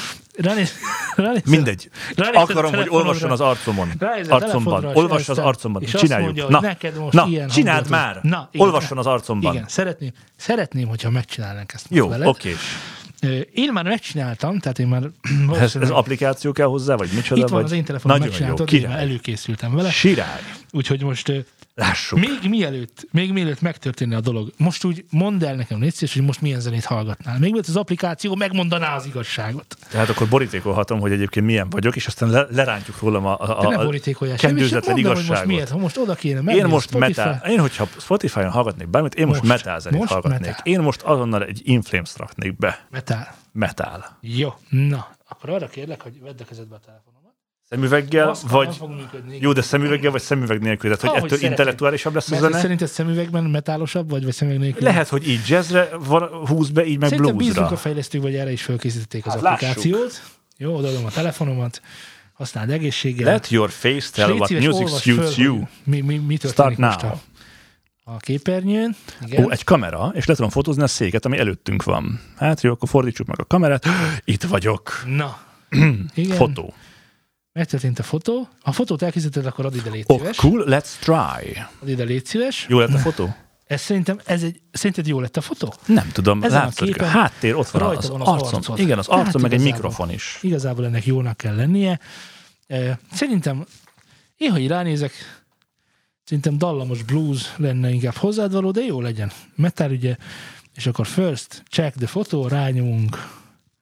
Mindegy. Akarom, hogy olvasson az arcomon. Arcomban. Olvass az arcomban. És csináljuk. Azt mondja, hogy neked most ilyen csináld már. Na, igen, olvasson az arcomban. Igen, szeretném, hogyha megcsinálnánk ezt jó, veled. oké. Én már megcsináltam, tehát én már... Ez applikáció kell hozzá, vagy micsoda? Itt van vagy? az én telefonom, megcsináltad, én már előkészültem vele. Sirály. Úgyhogy most... Lássuk. Még mielőtt megtörténne a dolog, most úgy mondd el nekem, légy szíves, hogy most milyen zenét hallgatnál. Még mielőtt az applikáció megmondaná az igazságot. Tehát akkor borítékolhatom, hogy egyébként milyen vagyok, és aztán lerántjuk rólam a kendőzetlen igazságot. Most oda kéne menni. Én hogyha Spotify-on hallgatnék bármit, én most metal zenét hallgatnék. Metal. Én most azonnal egy In Flames raknék be. Metal. Jó, na, akkor arra kérlek, hogy vedd a kezedbe a telefonomat. Szemüveggel, vagy... Jó, de szemüveggel, vagy szemüveg nélkül. Tehát, hogy ettől intellektuálisabb lesz a zene. Szerinted szemüvegben metálosabb, vagy szemüveg nélkül? Lehet, hogy így jazzre húz be, így meg bluesra. Szerintem bízunk a fejlesztők, vagy erre is felkészítették az applikációt. Lássuk. Jó, odaadom a telefonomat, használd egészséggel. Let your face tell what music suits you. Mi történik most a képernyőn? Igen. Egy kamera, és le tudom fotózni a széket, ami előttünk van. Hát jó, akkor fordítsuk meg a kamerát. Itt vagyok. Na. Igen. Fotó. Megtörtént a fotó. Ha a fotót elkészítetted, akkor add ide, légy szíves. Cool, let's try. Add ide, légy szíves. Jó lett a fotó? Szerinted jó lett a fotó? Nem tudom, látszik. A háttér ott van az arcom. Igen, az arcom, meg egy mikrofon is. Igazából ennek jónak kell lennie. Szerintem, én, hogy ránézek, szerintem dallamos blues lenne inkább hozzád való, de jó legyen. Metal ugye, és akkor first check the photo, rányomunk.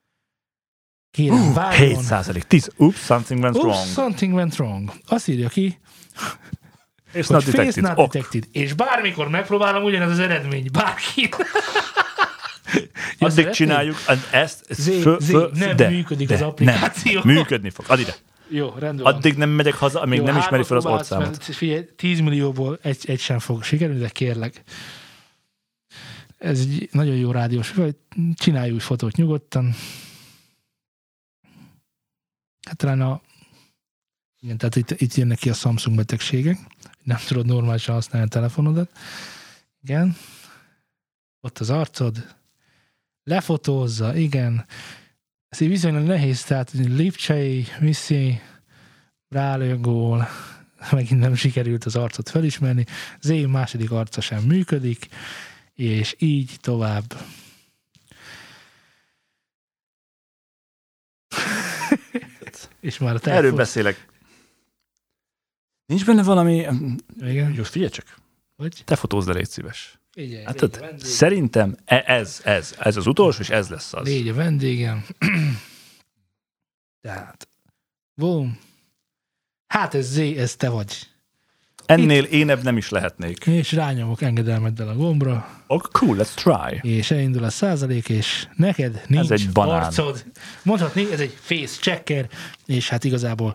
Kérem, vágjon. 7%. 10. Oops, something went wrong. Something went wrong. Azt írja ki, face not detected. És bármikor megpróbálom ugyanez az eredmény. Bárki. Addig csináljuk ezt. Nem működik az applikáció. Nem, működni fog. Add ide. Jó, rendben van. Addig nem megyek haza, amíg nem ismeri fel az orszámot. Figyelj, 10 millióból egy sem fog sikerülni, de kérlek. Ez egy nagyon jó rádiós. Csinálj új fotót nyugodtan. Hát talán igen, tehát itt jönnek ki a Samsung betegségek. Nem tudod normálisan használni a telefonodat. Igen. Ott az arcod. Lefotózza, igen. Ez így viszonylag nehéz, tehát Lipcsei, viszi, rálőgól, megint nem sikerült az arcot felismerni. Az én második arca sem működik, és így tovább. És már a telefon... Erről beszélek. Nincs benne valami... Igen. Jó, figyelj csak. Hogy? Te fotózd, de légy szíves. Figyelj, hát, szerintem ez az utolsó, és ez lesz az. Légy a vendégem. Tehát, boom. Hát ez te vagy. Ennél énebb nem is lehetnék. És rányomok engedelmeddel a gombra. Cool, let's try. És elindul a 100%, és neked nincs ez egy banán. arcod. Mondhatni, ez egy face checker, és hát igazából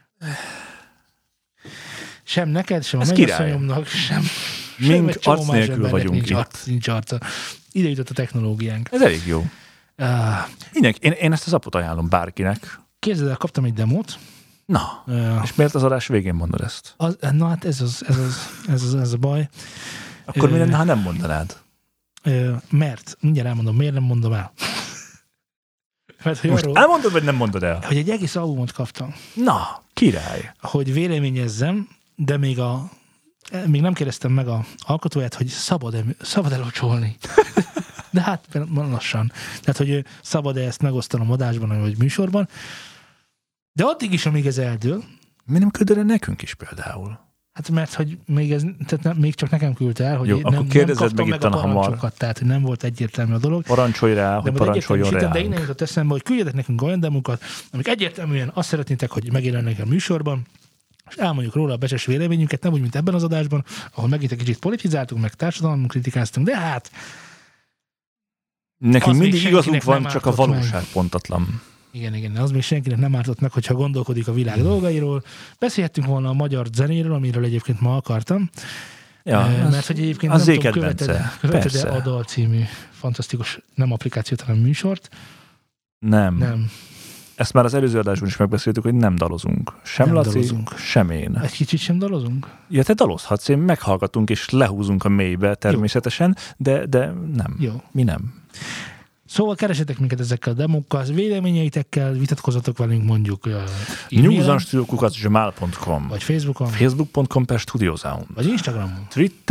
sem neked, sem a mennyasszonyomnak, sem mink arc nélkül vagyunk nincs arca. Ide jutott a technológiánk. Ez elég jó. Én ezt az appot ajánlom bárkinek. Képzeld el, kaptam egy demót. Na, és miért az adás végén mondod ezt? Na hát ez a baj. Akkor mi lenne, ha nem mondanád? Mert, mindjárt elmondom, miért nem mondom el. Mert, hogy Most arról, elmondod, vagy nem mondod el? hogy egy egész albumot kaptam, Na, király. hogy véleményezzem, de még nem kérdeztem meg a alkotóját, hogy szabad elocsolni. De hát lassan. Tehát, hogy szabad-e ezt megosztanom adásban, vagy műsorban. De addig is, amíg ez eldől. Mi nem küldöd el nekünk is például? Hát mert, hogy még csak nekem küldte el, hogy jó, nem kaptam meg a parancsokat, hamar. Tehát, hogy nem volt egyértelmű a dolog. Parancsolj rá, hogy parancsoljon rá. De innen jutott eszembe, hogy küldjetek nekünk olyan demokat, amik egyértelműen azt szeretnétek, hogy megjelennek a műsorban, és elmondjuk róla a becses véleményünket, nem úgy, mint ebben az adásban, ahol megint egy kicsit politizáltunk, meg társadalmunk kritikáztunk, de hát nekünk mindig még igazunk van, nem csak a valóság pontatlan. Igen, az még senkinek nem ártott meg, hogyha gondolkodik a világ dolgairól. Beszélhettünk volna a magyar zenéről, amiről egyébként ma akartam. Ja, mert hogy egyébként az nem tudom, követed-e a Dal című fantasztikus, nem applikációt, hanem műsort? Nem. Ezt már az előző adásban is megbeszéltük, hogy nem dalozunk. Sem nem Laci, dalozunk. sem én. Egy kicsit sem dalozunk? Ja, te dalozhatsz, én meghallgatunk és lehúzunk a mélybe természetesen, de nem. Jó. Mi nem. Szóval keresetek minket ezekkel a demókkal, véleményeitekkel, vitatkozzatok velünk mondjuk newsandstudio@gmail.com vagy Facebookon, facebook.com/studiosound vagy Instagramon,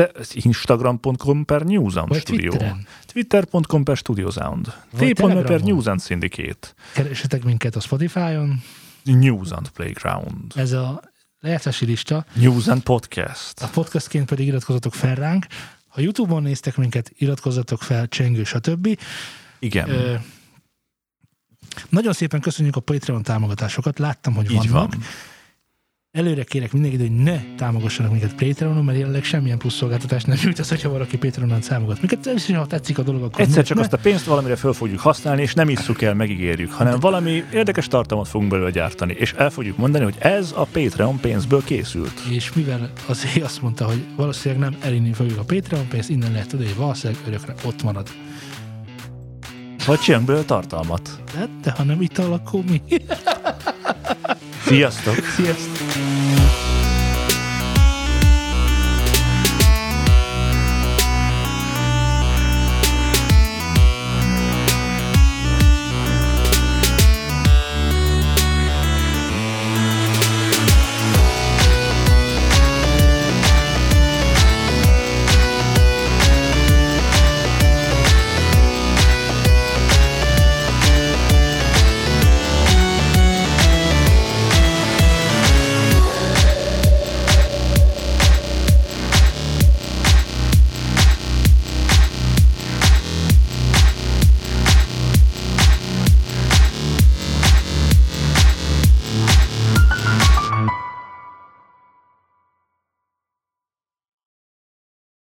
instagram.com/newsandstudio, twitter.com/studiosound, t.me/newsandsyndicate. Keresetek minket a Spotify-on. News and Playground. Ez a lejátszási lista. News and Podcast. A podcastként pedig iratkozzatok fel ránk. Ha YouTube-on néztek minket, iratkozzatok fel, csengő, stb. Igen. Nagyon szépen köszönjük a Patreon támogatásokat. Láttam, hogy vannak. Van. Előre kérek mindenkit, hogy ne támogassanak minket Patreonon, mert jelenleg semmilyen plusz szolgáltatást nem nyújt az, hogyha valaki Patreonon támogat minket. És ha tetszik a dolog, akkor egyszer csak azt a pénzt valamire föl fogjuk használni, és nem isszuk el, megígérjük, hanem valami érdekes tartalmat fogunk belőle gyártani, és el fogjuk mondani, hogy ez a Patreon pénzből készült. És mivel azért azt mondta, hogy valószínűleg nem elinni fogjuk a Patreon pénzt, innen lehet tudni, hogy valószínűleg örökre ott marad. Vagy csinálunk belőle tartalmat. De ha nem ital, akkor mi? Sziasztok! Sziasztok!